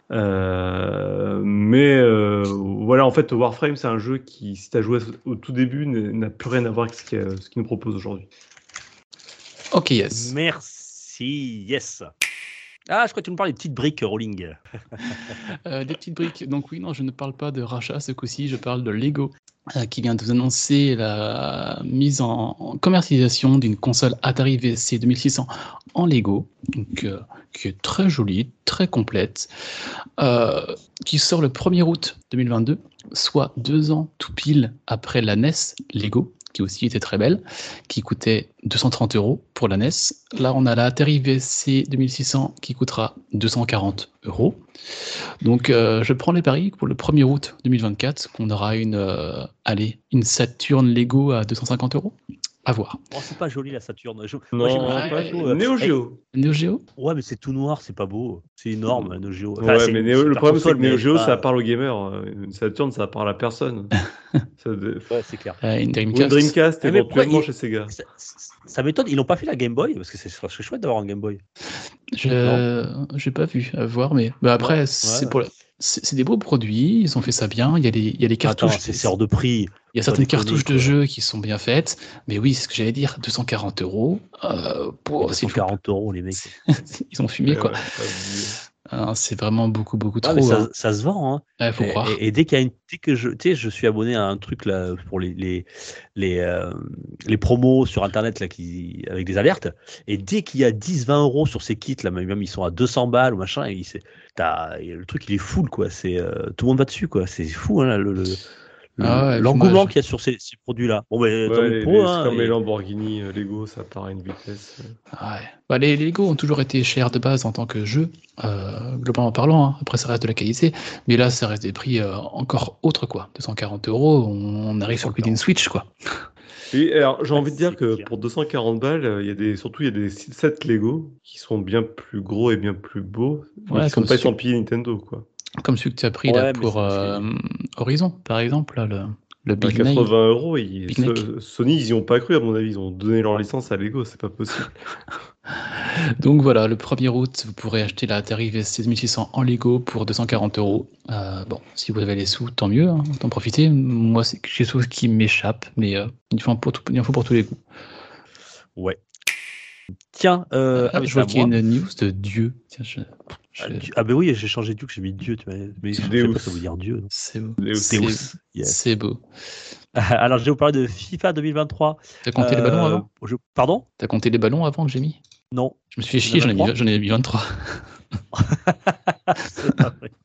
Mais voilà, en fait, Warframe, c'est un jeu qui, si tu as joué au tout début, n'a plus rien à voir avec ce qu'il nous propose aujourd'hui. Ok, yes. Merci, yes. Ah, je crois que tu nous parles des petites briques Rolling. Des petites briques. Donc oui, non, je ne parle pas de rachat ce coup-ci, je parle de Lego, qui vient de vous annoncer la mise en commercialisation d'une console Atari VSC 2600 en Lego, donc, qui est très jolie, très complète, qui sort le 1er août 2022, soit 2 ans tout pile après la NES Lego. qui aussi était très belle, qui coûtait 230 € pour la NES. Là, on a la Atari VSC 2600 qui coûtera 240 €. Donc, je prends les paris pour le 1er août 2024, qu'on aura une Saturn Lego à 250 €. À voir. Oh, c'est pas joli la Saturne. Non, j'aime pas plutôt, Neo Geo. Neo Geo. Ouais, mais c'est tout noir, c'est pas beau. C'est énorme, la Neo Geo. Ouais, mais le problème, c'est que Neo Geo, pas... ça parle aux gamers. Une Saturn, ça parle à personne. Ouais, c'est clair. Une Dreamcast. Ou une Dreamcast, éventuellement, chez Sega. Ça m'étonne, ils n'ont pas fait la Game Boy, parce que c'est chouette d'avoir un Game Boy. J'ai pas vu, à voir, mais après, c'est des beaux produits, ils ont fait ça bien, il y a les cartouches. Attends, c'est hors de prix. Il y a certaines cartouches de jeux qui sont bien faites, mais oui, c'est ce que j'allais dire, 240 €. Pour 240 €, les mecs. Ils ont fumé, quoi. C'est vraiment beaucoup trop. Mais ça se vend. Hein. Faut croire. Et dès que je suis abonné à un truc là pour les promos sur internet là avec des alertes, et dès qu'il y a 10-20 € sur ces kits là, même ils sont à 200 balles ou machin, et le truc il est full quoi. C'est tout le monde va dessus quoi. C'est fou hein, l'engouement qu'il y a sur ces produits-là. Bon, mais comme les Lamborghini Lego, ça part à une vitesse. Ouais. Les Lego ont toujours été chers de base en tant que jeu, globalement parlant. Hein. Après, ça reste de la qualité, mais là, ça reste des prix encore autres quoi. 240 €, on arrive sur le prix d'une Switch quoi. Et alors, j'ai envie de dire que pour 240 balles, il y a des sets Lego qui sont bien plus gros et bien plus beaux, mais qui sont pas estampillés Nintendo quoi. Comme celui que tu as pris là pour Horizon, par exemple, là, le Big 80 €. Sony, ils y ont pas cru, à mon avis. Ils ont donné leur licence à Lego, c'est pas possible. Donc voilà, le 1er août, vous pourrez acheter la Atari VSC 2600 en Lego pour 240 €. Bon, si vous avez les sous, tant mieux, hein, autant profiter. Moi, c'est quelque chose qui m'échappe, mais il faut pour tous les coups. Ouais. Tiens, je vois qu'il y a une news de Dieu. Tiens, ben oui, j'ai changé Dieu, que j'ai mis Dieu, mais je sais pas ça veut dire Dieu. C'est beau. C'est beau. Alors, je vais vous parler de FIFA 2023. T'as compté les ballons avant Pardon ? T'as compté les ballons avant que j'ai mis ? Non. Je me suis fait chier, j'en ai mis 23. C'est pas vrai.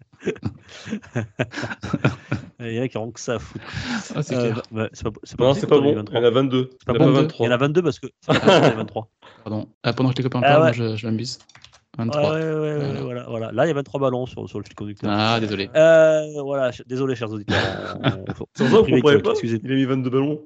Il y en a qui ont que ça à foutre. C'est clair. C'est pas bon. Il y en a 22. Il y en a 22 parce que c'est pas possible, il y en a 23. Pardon. Pendant que les copains parlent, moi je m'amuse. 23. Voilà. Là, il y a 23 ballons sur le fil conducteur. Ah, désolé. Voilà, désolé, chers auditeurs. Sans ça, vous comprenez pas. Il a mis 22 ballons.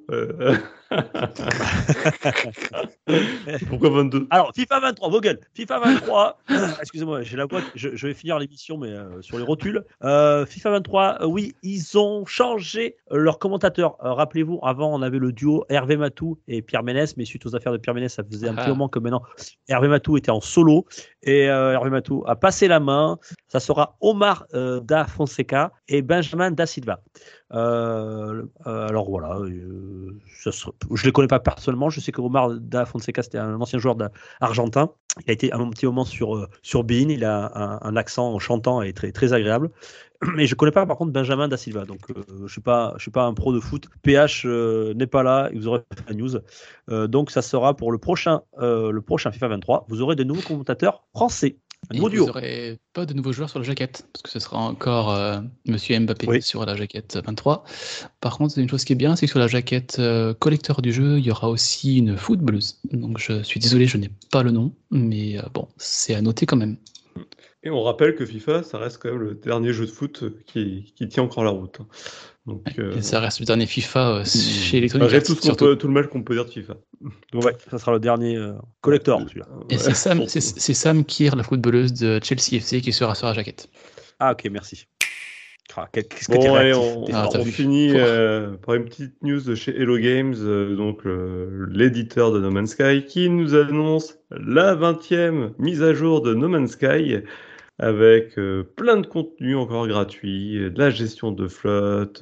Pourquoi 22 ? Alors, FIFA 23, vos gueules. FIFA 23. Excusez-moi, j'ai la voix. Je vais finir l'émission, mais sur les rotules. FIFA 23, oui, ils ont changé leur commentateur. Rappelez-vous, avant, on avait le duo Hervé Matou et Pierre Ménès, mais suite aux affaires de Pierre Ménès, ça faisait un petit moment que maintenant, Hervé Matou était en solo. Et Hervé Matou a passé la main. Ça sera Omar Da Fonseca et Benjamin Da Silva. Alors voilà, je les connais pas personnellement. Je sais que Omar Da Fonseca, c'était un ancien joueur argentin. Il a été un petit moment sur Bein. Il a un accent chantant et très, très agréable. Mais je connais pas par contre Benjamin Da Silva, donc je suis pas un pro de foot. PH n'est pas là, et vous aurez la news. Donc ça sera pour le prochain FIFA 23. Vous aurez de nouveaux commentateurs français. Vous n'aurez pas de nouveaux joueurs sur la jaquette, parce que ce sera encore Monsieur Mbappé sur la jaquette 23. Par contre, une chose qui est bien, c'est que sur la jaquette collecteur du jeu, il y aura aussi une footballeuse. Donc je suis désolé, je n'ai pas le nom, mais bon, c'est à noter quand même. Et on rappelle que FIFA, ça reste quand même le dernier jeu de foot qui tient encore la route. Donc, et ça reste le dernier FIFA chez Electronic Arts. Tout le mal qu'on peut dire de FIFA. Donc, ça sera le dernier collector, celui-là. Et c'est Sam Kerr, la footballeuse de Chelsea FC, qui sera sur la jaquette. Ah, ok, merci. Qu'est-ce que allez, on finit par une petite news de chez Hello Games, donc l'éditeur de No Man's Sky, qui nous annonce la 20e mise à jour de No Man's Sky, avec plein de contenus encore gratuits, de la gestion de flotte,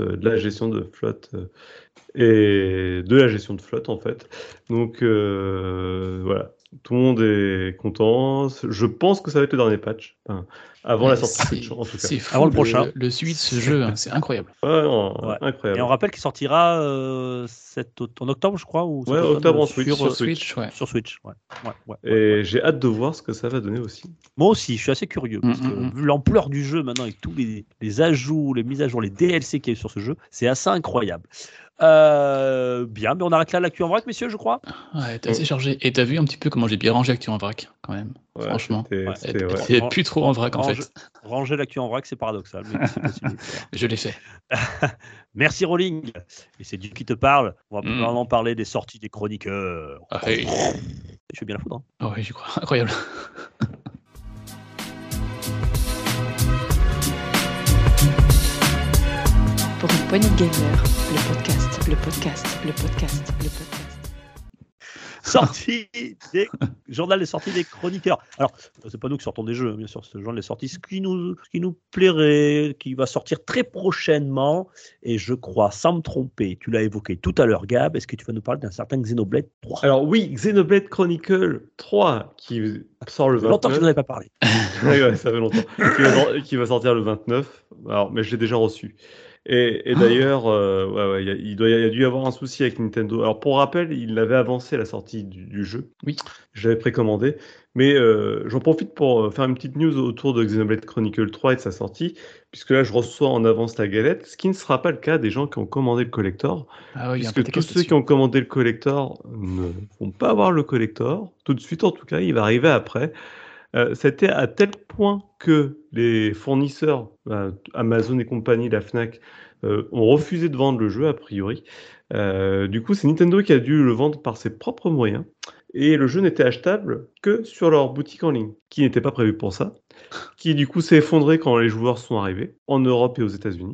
et de la gestion de flotte en fait. Donc voilà, tout le monde est content. Je pense que ça va être le dernier patch. Avant la sortie Switch, en tout cas. C'est fou, avant le prochain. Le suite, ce jeu, c'est incroyable. Incroyable. Et on rappelle qu'il sortira en octobre, je crois. Ou octobre en Switch. Sur Switch, ouais. Sur Switch, Et j'ai hâte de voir ce que ça va donner aussi. Moi aussi, je suis assez curieux. Parce que vu l'ampleur du jeu maintenant, avec tous les ajouts, les mises à jour, les DLC qu'il y a eu sur ce jeu, c'est assez incroyable. Bien, mais on arrête là l'actu en vrac, messieurs, je crois. Ouais, t'es assez chargé. Et t'as vu un petit peu comment j'ai bien rangé Actu en vrac, quand même. Ouais, Franchement. c'était- ouais. C'est plus trop en vrac, en Range- fait. Ranger l'actu en vrac, c'est paradoxal, mais c'est possible de le faire. Je l'ai fait. Merci Rolling. Et c'est Dieu qui te parle. On va Mm. maintenant parler des sorties des chroniqueurs. Ah, hey. Je fais bien la foudre. Hein. Ah oui, j'y crois. Incroyable. Pour une poignée de gamers, le podcast, le podcast, le podcast, le podcast. Sortie des journal des sorties des chroniqueurs. Alors, c'est pas nous qui sortons des jeux, bien sûr, c'est le journal des sorties. Ce qui nous plairait, qui va sortir très prochainement, et je crois, sans me tromper, tu l'as évoqué tout à l'heure, Gab, est-ce que tu vas nous parler d'un certain Xenoblade 3 ? Alors oui, Xenoblade Chronicle 3 qui sort le Ça fait longtemps que je 29. n'en avais pas parlé. Ouais, ça fait longtemps. Qui va sortir le 29. Alors, mais je l'ai déjà reçu. Et d'ailleurs, il y a dû y avoir un souci avec Nintendo. Alors pour rappel, il avait avancé la sortie du jeu. Oui. Je l'avais précommandé. Mais j'en profite pour faire une petite news autour de Xenoblade Chronicle 3 et de sa sortie, puisque là je reçois en avance la galette, ce qui ne sera pas le cas des gens qui ont commandé le collector. Ah oui, il y a un peu Puisque de tous ceux qui ont commandé le collector ne vont pas avoir le collector. Tout de suite, en tout cas, il va arriver après. C'était à tel point que les fournisseurs, Amazon et compagnie, la Fnac, ont refusé de vendre le jeu, a priori. Du coup, c'est Nintendo qui a dû le vendre par ses propres moyens. Et le jeu n'était achetable que sur leur boutique en ligne, qui n'était pas prévu pour ça, qui du coup s'est effondré quand les joueurs sont arrivés, en Europe et aux États-Unis.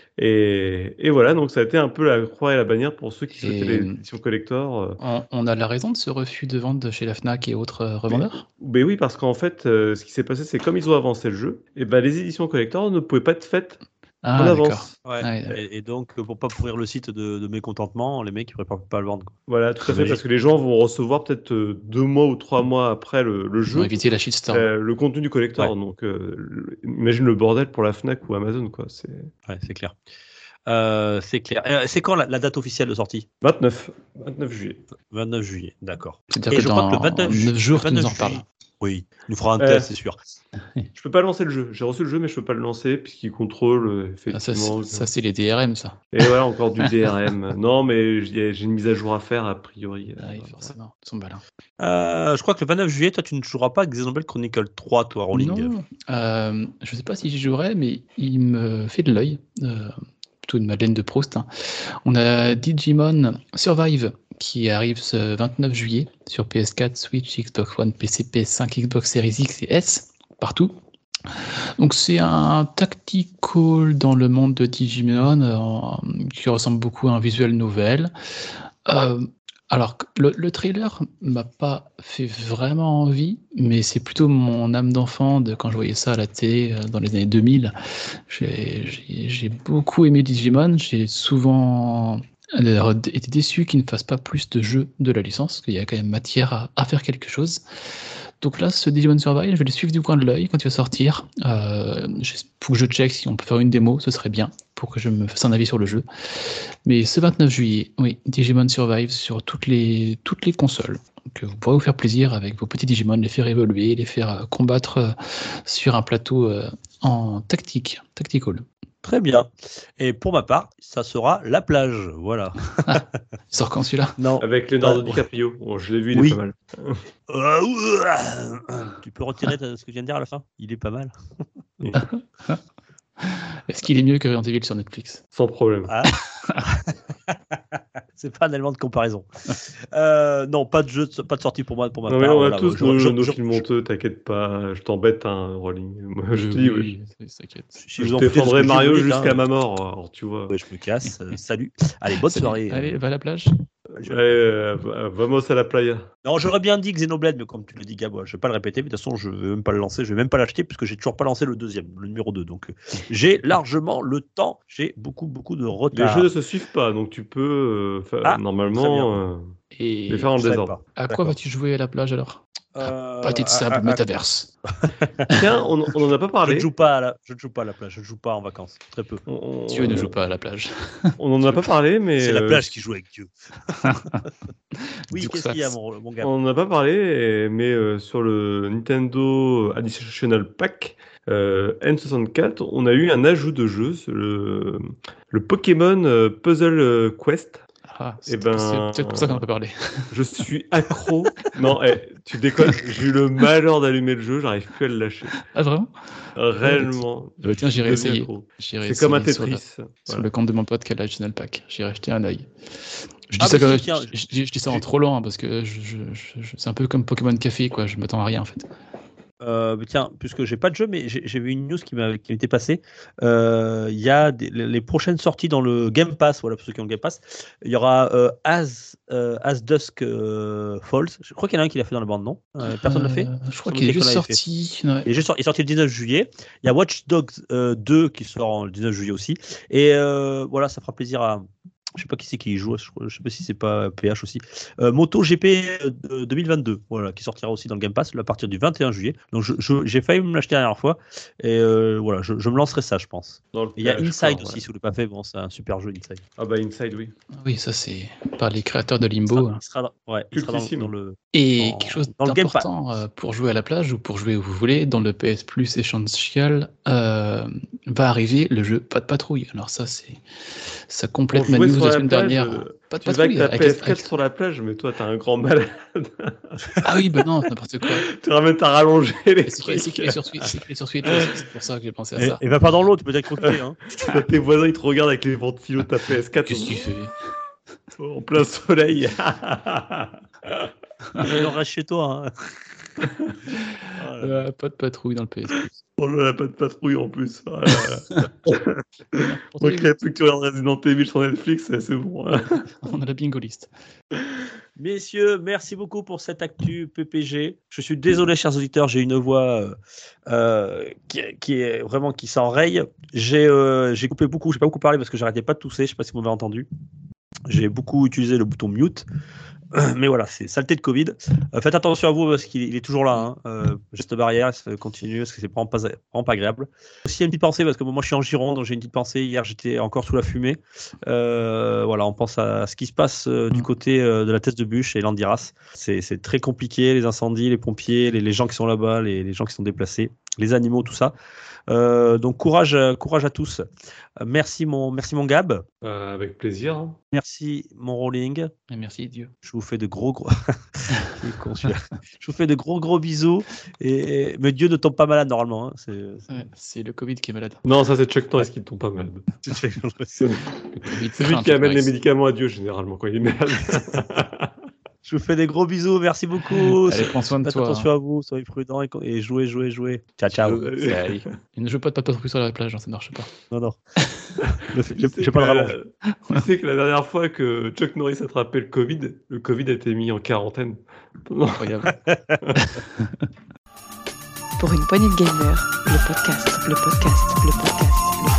Et voilà, donc ça a été un peu la croix et la bannière pour ceux qui souhaitaient Et- l'édition collector. On a la raison de ce refus de vente de chez la Fnac et autres revendeurs. Ben oui, parce qu'en fait, ce qui s'est passé, c'est comme ils ont avancé le jeu, et ben les éditions collector ne pouvaient pas être faites en Ah, d'accord. avance. Ouais. Ah, oui, d'accord. Et donc, pour pas pourrir le site de mécontentement, les mecs, ils préfèrent pas le vendre. Quoi. Voilà, tout à fait, J'imagine. parce que les gens vont recevoir peut-être 2 mois ou 3 mois après le Ils ont jeu, évité la shitstorm. le contenu du collector. Ouais. Donc, imagine le bordel pour la Fnac ou Amazon, quoi. C'est Ouais, c'est clair. C'est clair. C'est quand la date officielle de sortie ? 29 juillet. 29 juillet, d'accord. C'est-à-dire Et que je crois dans que le 29 9 jours, tu nous 29 en reparles. juillet- Oui, il nous fera un test, c'est sûr. Je peux pas lancer le jeu. J'ai reçu le jeu, mais je peux pas le lancer puisqu'il contrôle Ah, ça, effectivement. c'est les DRM, ça. Et voilà, encore du DRM. Non, mais j'ai une mise à jour à faire a priori. Ah, oui, forcément. Ils sont malins. Je crois que le 29 juillet, toi, tu ne joueras pas avec Xenoblade Chronicle 3, toi, Rolling. Non, je sais pas si j'y jouerai, mais il me fait de l'œil. Plutôt une Madeleine de Proust. Hein. On a Digimon Survive qui arrive ce 29 juillet sur PS4, Switch, Xbox One, PC, PS5, Xbox Series X et S, partout. Donc c'est un tactical dans le monde de Digimon qui ressemble beaucoup à un visual novel. Alors, le trailer m'a pas fait vraiment envie, mais c'est plutôt mon âme d'enfant de quand je voyais ça à la télé dans les années 2000. J'ai beaucoup aimé Digimon, j'ai souvent été déçu qu'ils ne fassent pas plus de jeux de la licence, parce qu'il y a quand même matière à faire quelque chose. Donc là, ce Digimon Survive, je vais le suivre du coin de l'œil quand il va sortir. Faut que je check si on peut faire une démo, ce serait bien, pour que je me fasse un avis sur le jeu. Mais ce 29 juillet, oui, Digimon Survive sur toutes les consoles. Donc vous pourrez vous faire plaisir avec vos petits Digimon, les faire évoluer, les faire combattre sur un plateau en tactical. Très bien. Et pour ma part, ça sera La Plage. Voilà. Il sort quand celui-là ? Non. Avec Leonardo Ouais. DiCaprio. Bon, je l'ai vu, il Oui. est pas mal. Tu peux retirer ce que je viens de dire à la fin ? Il est pas mal. Est-ce qu'il est mieux que Resident Evil sur Netflix ? Sans problème. Ah. C'est pas un élément de comparaison. Non, pas de jeu, pas de sortie pour moi. Pour ma Non, mais part, on a voilà. tous Je- nos je- films honteux, t'inquiète pas, je t'embête, hein, Rolling. Moi, je te dis, oui. T'inquiète. si Je vous en foutez de ce défendrai que je Mario dis, jusqu'à hein. ma mort, alors tu vois. Ouais, je me casse. Salut. Allez, bonne Salut. soirée. Allez, va à la plage. Allez, vamos à la playa. Non, j'aurais bien dit Xenoblade, mais comme tu le dis, Gab, je vais pas le répéter. Mais de toute façon, je vais même pas le lancer. Je vais même pas l'acheter puisque j'ai toujours pas lancé le deuxième, le numéro 2. Donc, j'ai largement le temps. J'ai beaucoup de Les retard. jeux ne se suivent pas, donc tu peux Ah, très normalement Et les faire en Je savais désordre. pas. à quoi D'accord. vas-tu jouer à la plage alors ? Pâté de sable, métaverse. Tiens, on n'en a pas Je parlé. ne joue pas à la plage, je ne joue pas en vacances, très peu. Dieu ne joue pas à la plage. On n'en a pas parlé, mais C'est la plage qui joue avec Dieu. Oui, Du coup, qu'est-ce qu'il y a, ça- mon gars? on n'en a pas parlé, mais sur le Nintendo Additional Pack N64, on a eu un ajout de jeu, le Pokémon Puzzle Quest. Ah, Eh c'est ben, peut-être pour ça qu'on n'a pas parlé. Je suis accro. Non, tu déconnes. J'ai eu le malheur d'allumer le jeu, j'arrive plus à le lâcher. Ah, vraiment? Réellement. Tiens, je j'irai deviens essayer. accro. J'irai C'est comme un essayer sur Tetris. Sur Voilà. le compte de mon pote qui a l'Additional Pack. J'irai jeter un œil. Je dis Ah, ça, bah, comme- si, tiens, je dis ça en trop lent hein, parce que c'est un peu comme Pokémon Café, quoi. Je m'attends à rien en fait. Mais tiens, puisque j'ai pas de jeu, mais j'ai vu une news qui m'était passée. Il y a les prochaines sorties dans le Game Pass, voilà, pour ceux qui ont le Game Pass. Il y aura As Dusk Falls. Je crois qu'il y en a un qui l'a fait dans la bande, non? Personne l'a fait? Je crois Semble qu'il est que juste quelqu'un l'avait sorti. Ouais. Il est sorti le 19 juillet. Il y a Watch Dogs 2 qui sort le 19 juillet aussi. Et voilà, ça fera plaisir à. Je sais pas qui c'est qui y joue, je sais pas si c'est pas PH aussi. Moto GP 2022, voilà, qui sortira aussi dans le Game Pass à partir du 21 juillet. Donc j'ai failli me l'acheter la dernière fois. Et voilà, je me lancerai ça, je pense. Dans le Et il y a PH Inside Core, aussi, ouais. si vous ne l'avez pas fait. Bon, c'est un super jeu, Inside. Ah bah Inside, oui. Oui, ça c'est par les créateurs de Il Limbo. sera, il sera Cultissime. dans le. Et En- quelque chose dans le Game d'important pour jouer à la plage ou pour jouer où vous voulez, dans le PS Plus Essential, va arriver le jeu Pas de patrouille. Alors ça complète Pour ma jouer news sur de la la semaine plage, dernière. Pas de Tu vas avec patrouille. ta PS4 sur la plage, mais toi, t'es un grand malade. Ah oui, bah non, n'importe quoi. Tu ramènes ta rallongée, les C'est qu'il trucs. est sur Switch, c'est sur Switch, c'est pour ça que j'ai pensé à ça. Et va pas dans l'eau, tu peux être croqué. Hein. Tes voisins, ils te regardent avec les ventilos de ta PS4 Qu'est-ce qu'il fait? en plein soleil. Il en reste chez toi. Hein. Ah là là. Pas de patrouille dans le PS Plus. On n'a pas de patrouille en plus. Ah là là. Moi, il n'y a plus que tu regardes Resident Evil sur Netflix, c'est bon. Hein. On a la bingo list. Messieurs, merci beaucoup pour cette actu PPG. Je suis désolé, chers auditeurs, j'ai une voix qui est vraiment qui s'enraye. J'ai coupé beaucoup, j'ai pas beaucoup parlé parce que j'arrêtais pas de tousser. Je sais pas si vous m'avez entendu. J'ai beaucoup utilisé le bouton mute. Mais voilà, c'est saleté de Covid. Faites attention à vous parce qu'il est toujours là. Hein. Geste barrière, ça continue parce que c'est vraiment pas agréable. Aussi une petite pensée parce que moi je suis en Gironde, donc j'ai une petite pensée. Hier j'étais encore sous la fumée. Voilà, on pense à ce qui se passe du côté de la Teste de Bûche et Landiras. C'est très compliqué, les incendies, les pompiers, les gens qui sont là-bas, les gens qui sont déplacés, les animaux, tout ça. Donc courage à tous. Merci mon Gab. Avec plaisir. Hein. Merci mon Rolling. Et merci Dieu. Je vous fais de gros Il est con, celui-là. Je vous fais de gros bisous. Mais Dieu ne tombe pas malade normalement. Hein. Ouais, c'est le Covid qui est malade. Non, ça c'est Chuck Norris qui ne tombe pas malade. C'est Le Covid C'est lui craint, qui amène les Chuck Norris. médicaments à Dieu généralement quand il est malade. Je vous fais des gros bisous. Merci beaucoup. Allez, prends soin de Faites toi. attention à vous. Soyez prudents et jouez. Ciao. Salut. Et ne joue pas de patrouille sur la plage, hein, ça ne marche pas. Non. Tu sais J'ai pas le que rallonge. Tu sais que la dernière fois que Chuck Norris a attrapé le Covid a été mis en quarantaine. Incroyable. Pour une poignée de gamers, le podcast.